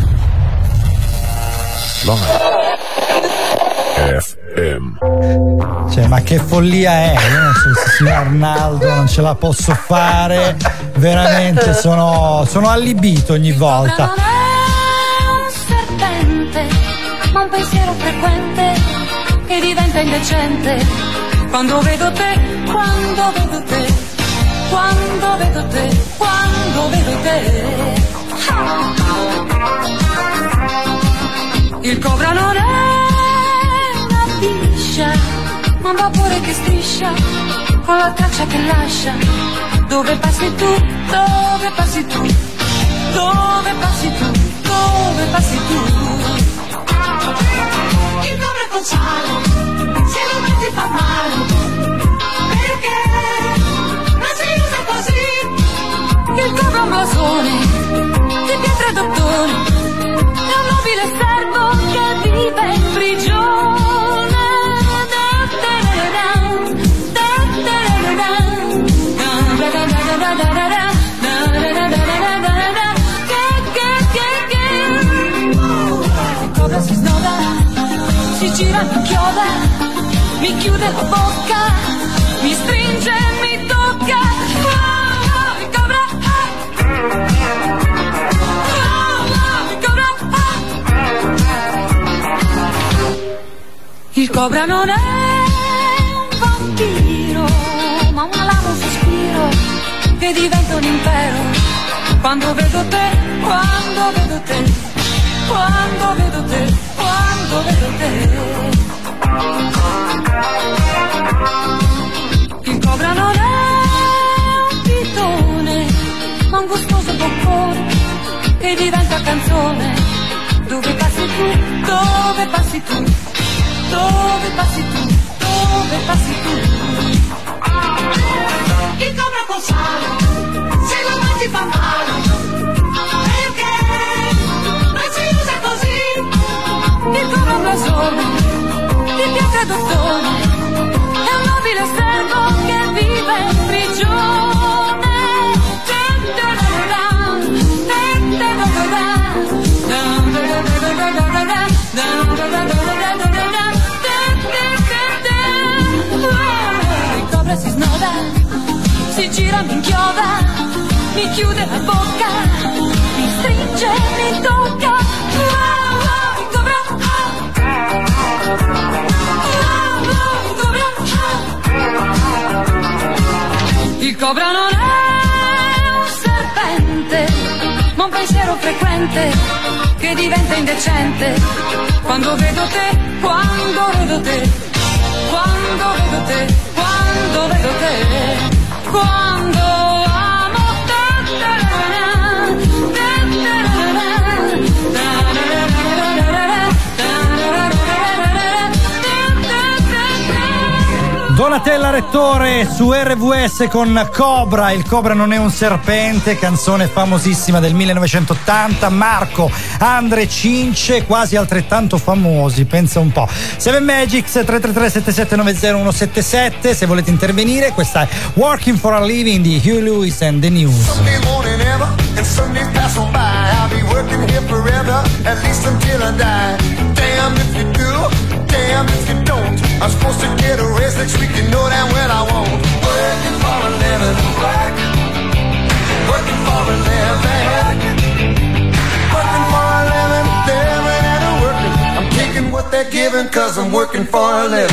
FM. Cioè, ma che follia è? Io non so se signor Arnaldo non ce la posso fare. Veramente sono allibito ogni volta. Non è un serpente, ma un pensiero frequente che diventa indecente quando vedo te, quando vedo te, quando vedo te, quando vedo te. Il cobra non è una biscia, ma un vapore che striscia con la traccia che lascia. Dove passi tu, dove passi tu, dove passi tu, dove passi tu. Il cobra col sale, se lo metti fa male, perché non si usa così. Il cobra è un blasone di pietre d'ottone, è un nobile servo che vive in prigione. Il cobra si snoda, si gira, mi chioda, mi chiude la bocca, mi stringe e mi tocca. Il cobra, il cobra, il cobra non è un vampiro, ma un alamo sospiro che diventa un impero. Quando vedo te, quando vedo te, quando vedo te, quando vedo te. Il cobra non è un pitone, ma un gustoso boccone che diventa canzone. Dove passi tu, dove passi tu, dove passi tu, dove passi tu. Il cobra col sale, se lo mangi fa male, perché non si usa così. Il cobra è un blasone di pietre d'ottone, è un nobile servo che vive in prigione. Il cobra si snoda, si gira, mi inchioda, mi chiude la bocca, mi stringe, mi tocca. Il cobra, il cobra non è un serpente, ma un pensiero frequente che diventa indecente. Quando vedo te, quando vedo te, quando vedo te, quando vedo te, quando amo te. Donatella Rettore su RVS con Cobra. Il cobra non è un serpente, canzone famosissima del 1980. Marco, Andre, Cince, quasi altrettanto famosi, pensa un po'. Seven Magics 333-7790-177 se volete intervenire. Questa è Working for a Living di Huey Lewis and the News. Sunday morning ever, and Sundays pass on by. I'll be working here forever, at least until I die. Damn if you do, damn if you don't. I'm supposed to get a raise next week, you know that when I won't. Working for a living, working for a living, working for a living, living and working. I'm taking what they're giving, cause I'm working for a living.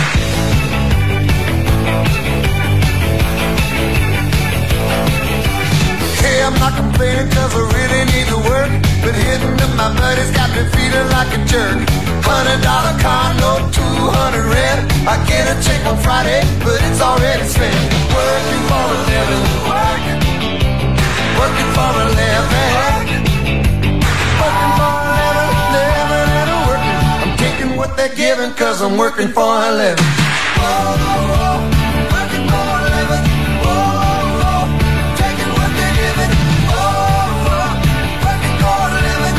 Hey, I'm not complaining cause I really need to work, but hitting up my money's got me feeling like a jerk. $100 car note, 200 rent. I get a check on Friday, but it's already spent. Working for a living, working for a living, working for a living, living and a working. I'm taking what they're giving cause I'm working for a living. Whoa, whoa, whoa. Working for a living. Whoa, whoa. Taking what they're giving. Whoa, whoa. Working for a living.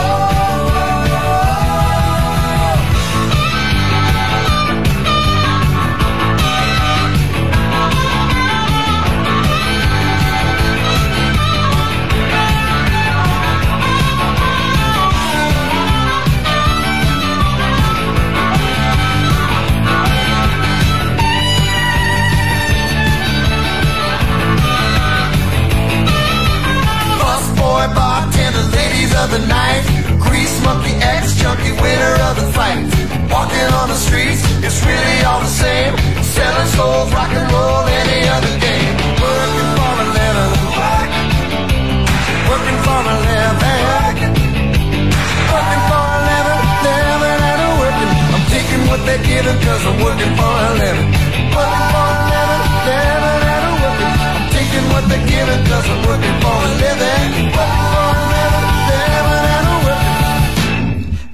Of the night, grease monkey, ex-junkie, winner of the fight. Walking on the streets, it's really all the same. Selling souls, rock and roll, any other game. Working for a living, working for a living, working for a living, living and a working. I'm taking what they're giving cause I'm working for a living. Working for a living, living and a working. I'm taking what they're giving cause I'm working for a living. Working for a living.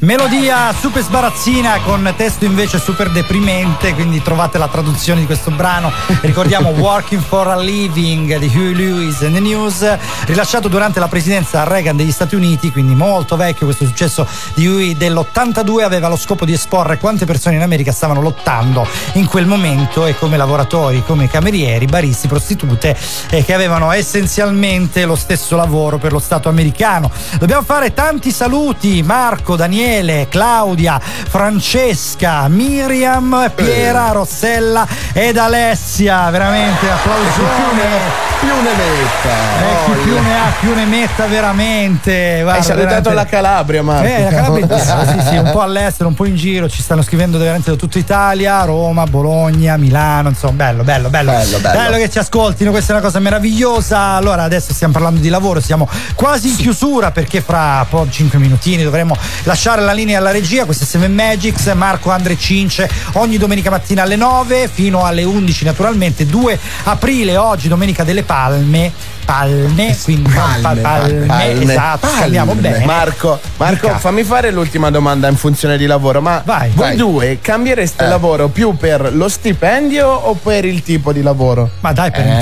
Melodia super sbarazzina con testo invece super deprimente, quindi trovate la traduzione di questo brano. Ricordiamo Working for a Living di Huey Lewis and the News, rilasciato durante la presidenza Reagan degli Stati Uniti, quindi molto vecchio. Questo successo di Huey dell'82 aveva lo scopo di esporre quante persone in America stavano lottando in quel momento, e come lavoratori, come camerieri, baristi, prostitute, che avevano essenzialmente lo stesso lavoro per lo Stato americano. Dobbiamo fare tanti saluti: Marco, Daniele, Claudia, Francesca, Miriam, Piera, Rossella ed Alessia. Veramente applausone. Più ne metta. Chi più ne ha più ne metta, veramente. Guarda, hai salutato veramente... la Calabria, Marco. La Calabria, sì, un po' all'estero, un po' in giro, ci stanno scrivendo veramente da tutta Italia, Roma, Bologna, Milano, insomma, bello che ci ascoltino, questa è una cosa meravigliosa. Allora adesso stiamo parlando di lavoro, siamo quasi in chiusura, perché fra 5 minutini dovremo lasciare la linea alla regia. Questo è Seven Magics, Marco, Andre, Cince, ogni domenica mattina alle 9 fino alle 11 naturalmente. 2 aprile oggi, domenica delle Palme, quindi palme. Esatto, andiamo bene. Marco, fammi fare l'ultima domanda in funzione di lavoro. Ma voi due cambiereste lavoro più per lo stipendio o per il tipo di lavoro? Ma dai, per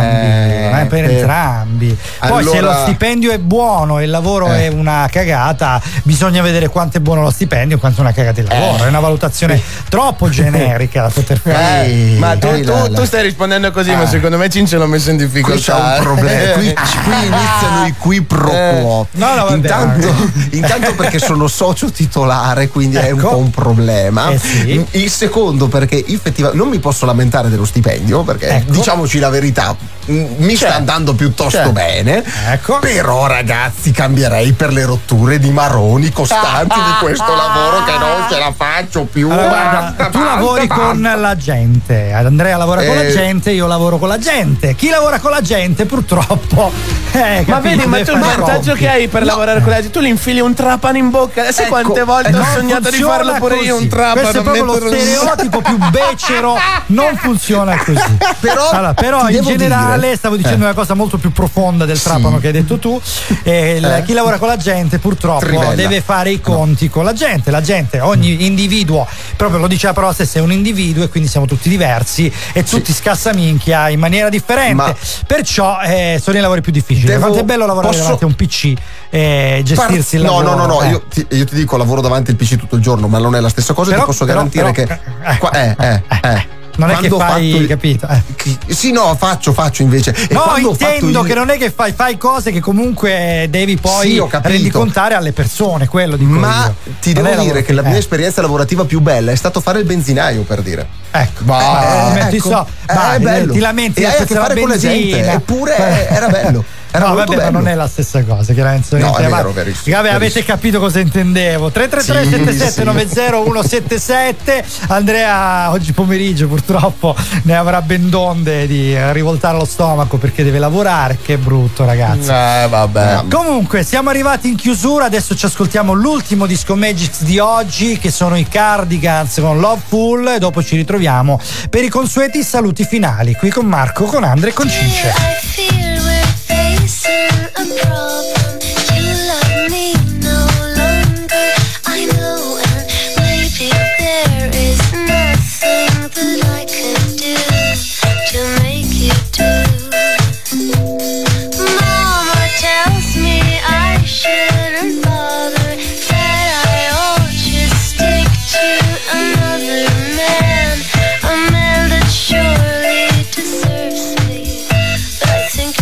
entrambi. Poi allora, se lo stipendio è buono e il lavoro è una cagata, bisogna vedere quanto è buono lo stipendio e quanto è una cagata il lavoro. È una valutazione troppo generica da poter fare. Ma tu stai rispondendo così, ma secondo me Cince l'ho messo in difficoltà. Qui c'è un problema. Qui iniziano i qui pro quo. Intanto perché sono socio titolare, quindi è un po' un problema. Sì. Il secondo perché effettivamente non mi posso lamentare dello stipendio, perché diciamoci la verità, mi sta andando piuttosto bene. Però ragazzi, cambierei per le rotture di maroni costanti di questo lavoro che non ce la faccio più. Allora, guarda, tu lavori con la gente, Andrea lavora con la gente, io lavoro con la gente. Chi lavora con la gente purtroppo ma vedi, ma tu il vantaggio che hai per lavorare con la gente, tu li infili un trapano in bocca. Sai quante volte ho sognato di farlo pure io, un trapano. Questo è proprio lo stereotipo più becero, non funziona così. Però in generale stavo dicendo una cosa molto più profonda del trapano che hai detto tu. Chi lavora con la gente purtroppo deve fare i conti con la gente. Ogni individuo, proprio lo dice la parola stessa, è un individuo, e quindi siamo tutti diversi e tutti scassaminchia in maniera differente. Perciò sono i lavori più difficili. Quanto è bello lavorare davanti a un PC e gestirsi il lavoro. No, io ti dico, lavoro davanti al PC tutto il giorno, ma non è la stessa cosa. Ti posso garantire che non è che fai, capito? Sì, no, faccio invece. No, intendo che non è che fai cose che comunque devi poi rendicontare alle persone, quello di ma ti devo dire che la mia esperienza lavorativa più bella è stato fare il benzinaio, per dire. Ti lamenti e hai a che fare con la gente, eppure era bello. Ma non è la stessa cosa, chiaramente. No, è vero, verissimo. Avete capito cosa intendevo. 333-7790-177. Andrea oggi pomeriggio purtroppo ne avrà ben donde di rivoltare lo stomaco perché deve lavorare. Che brutto, ragazzi. Vabbè. Comunque siamo arrivati in chiusura. Adesso ci ascoltiamo l'ultimo disco Magics di oggi, che sono i Cardigans con Loveful, e dopo ci ritroviamo per i consueti saluti finali qui con Marco, con Andre e con Cince. A problem, you love me no longer, I know, and maybe there is nothing that I can do to make you do. Mama tells me I shouldn't bother, that I ought just stick to another man, a man that surely deserves me, but I think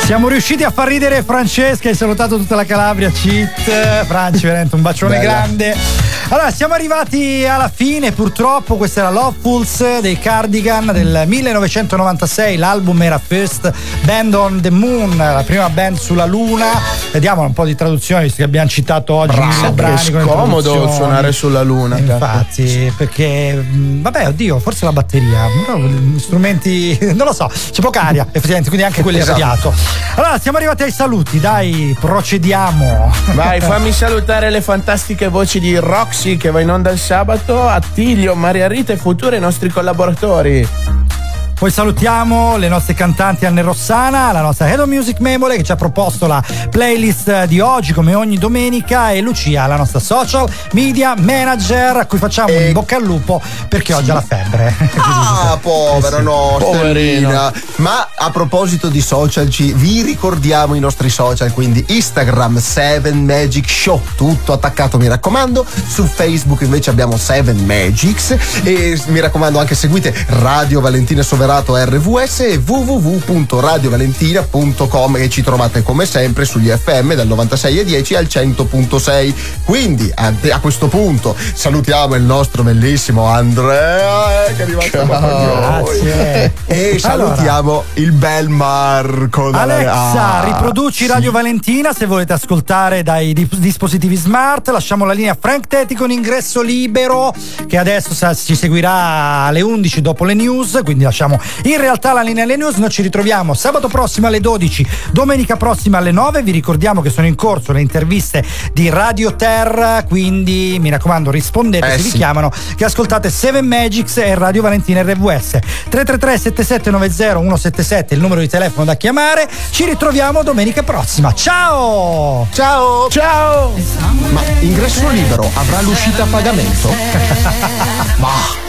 Siamo riusciti a far ridere Francesca, hai salutato tutta la Calabria, cheat. Franci, veramente un bacione grande. Allora, siamo arrivati alla fine, purtroppo. Questa era Lovefuls dei Cardigan del 1996, l'album era First Band on the Moon, la prima band sulla luna. Vediamo un po' di traduzione, visto che abbiamo citato oggi mille brani. È scomodo suonare sulla luna. Infatti, perché vabbè, oddio, forse la batteria, strumenti, non lo so, c'è poca aria, effettivamente, quindi anche quello è radiato. Allora, siamo arrivati ai saluti, dai, procediamo. Vai, fammi salutare le fantastiche voci di Roxy che va in onda il sabato, Attilio, Maria Rita e futuri nostri collaboratori. Poi salutiamo le nostre cantanti Anne Rossana, la nostra Head of Music Memole che ci ha proposto la playlist di oggi come ogni domenica, e Lucia, la nostra social media manager, a cui facciamo un bocca al lupo perché oggi ha la febbre. Povera nostra. Ma a proposito di social, vi ricordiamo i nostri social, quindi Instagram 7 Magic Show, tutto attaccato, mi raccomando. Su Facebook invece abbiamo 7 Magics, e mi raccomando anche seguite Radio Valentina Soverato RVS e www.radiovalentina.com, che ci trovate come sempre sugli FM dal 96,10 al 100.6. Quindi a questo punto salutiamo il nostro bellissimo Andrea che è arrivato Grazie. E salutiamo il bel Marco. Alexa, riproduci Radio Valentina se volete ascoltare dai dispositivi smart. Lasciamo la linea Frank Tetti con ingresso libero, che adesso ci seguirà alle 11 dopo le news, quindi lasciamo in realtà la linea alle news. Noi ci ritroviamo sabato prossimo alle 12, domenica prossima alle 9. Vi ricordiamo che sono in corso le interviste di Radio Terra, quindi mi raccomando rispondete se vi chiamano, che ascoltate 7 Magics e Radio Valentina RVS. 333 7790 177 il numero di telefono da chiamare. Ci ritroviamo domenica prossima. Ciao ciao ciao. Ma ingresso libero avrà l'uscita a pagamento? Ma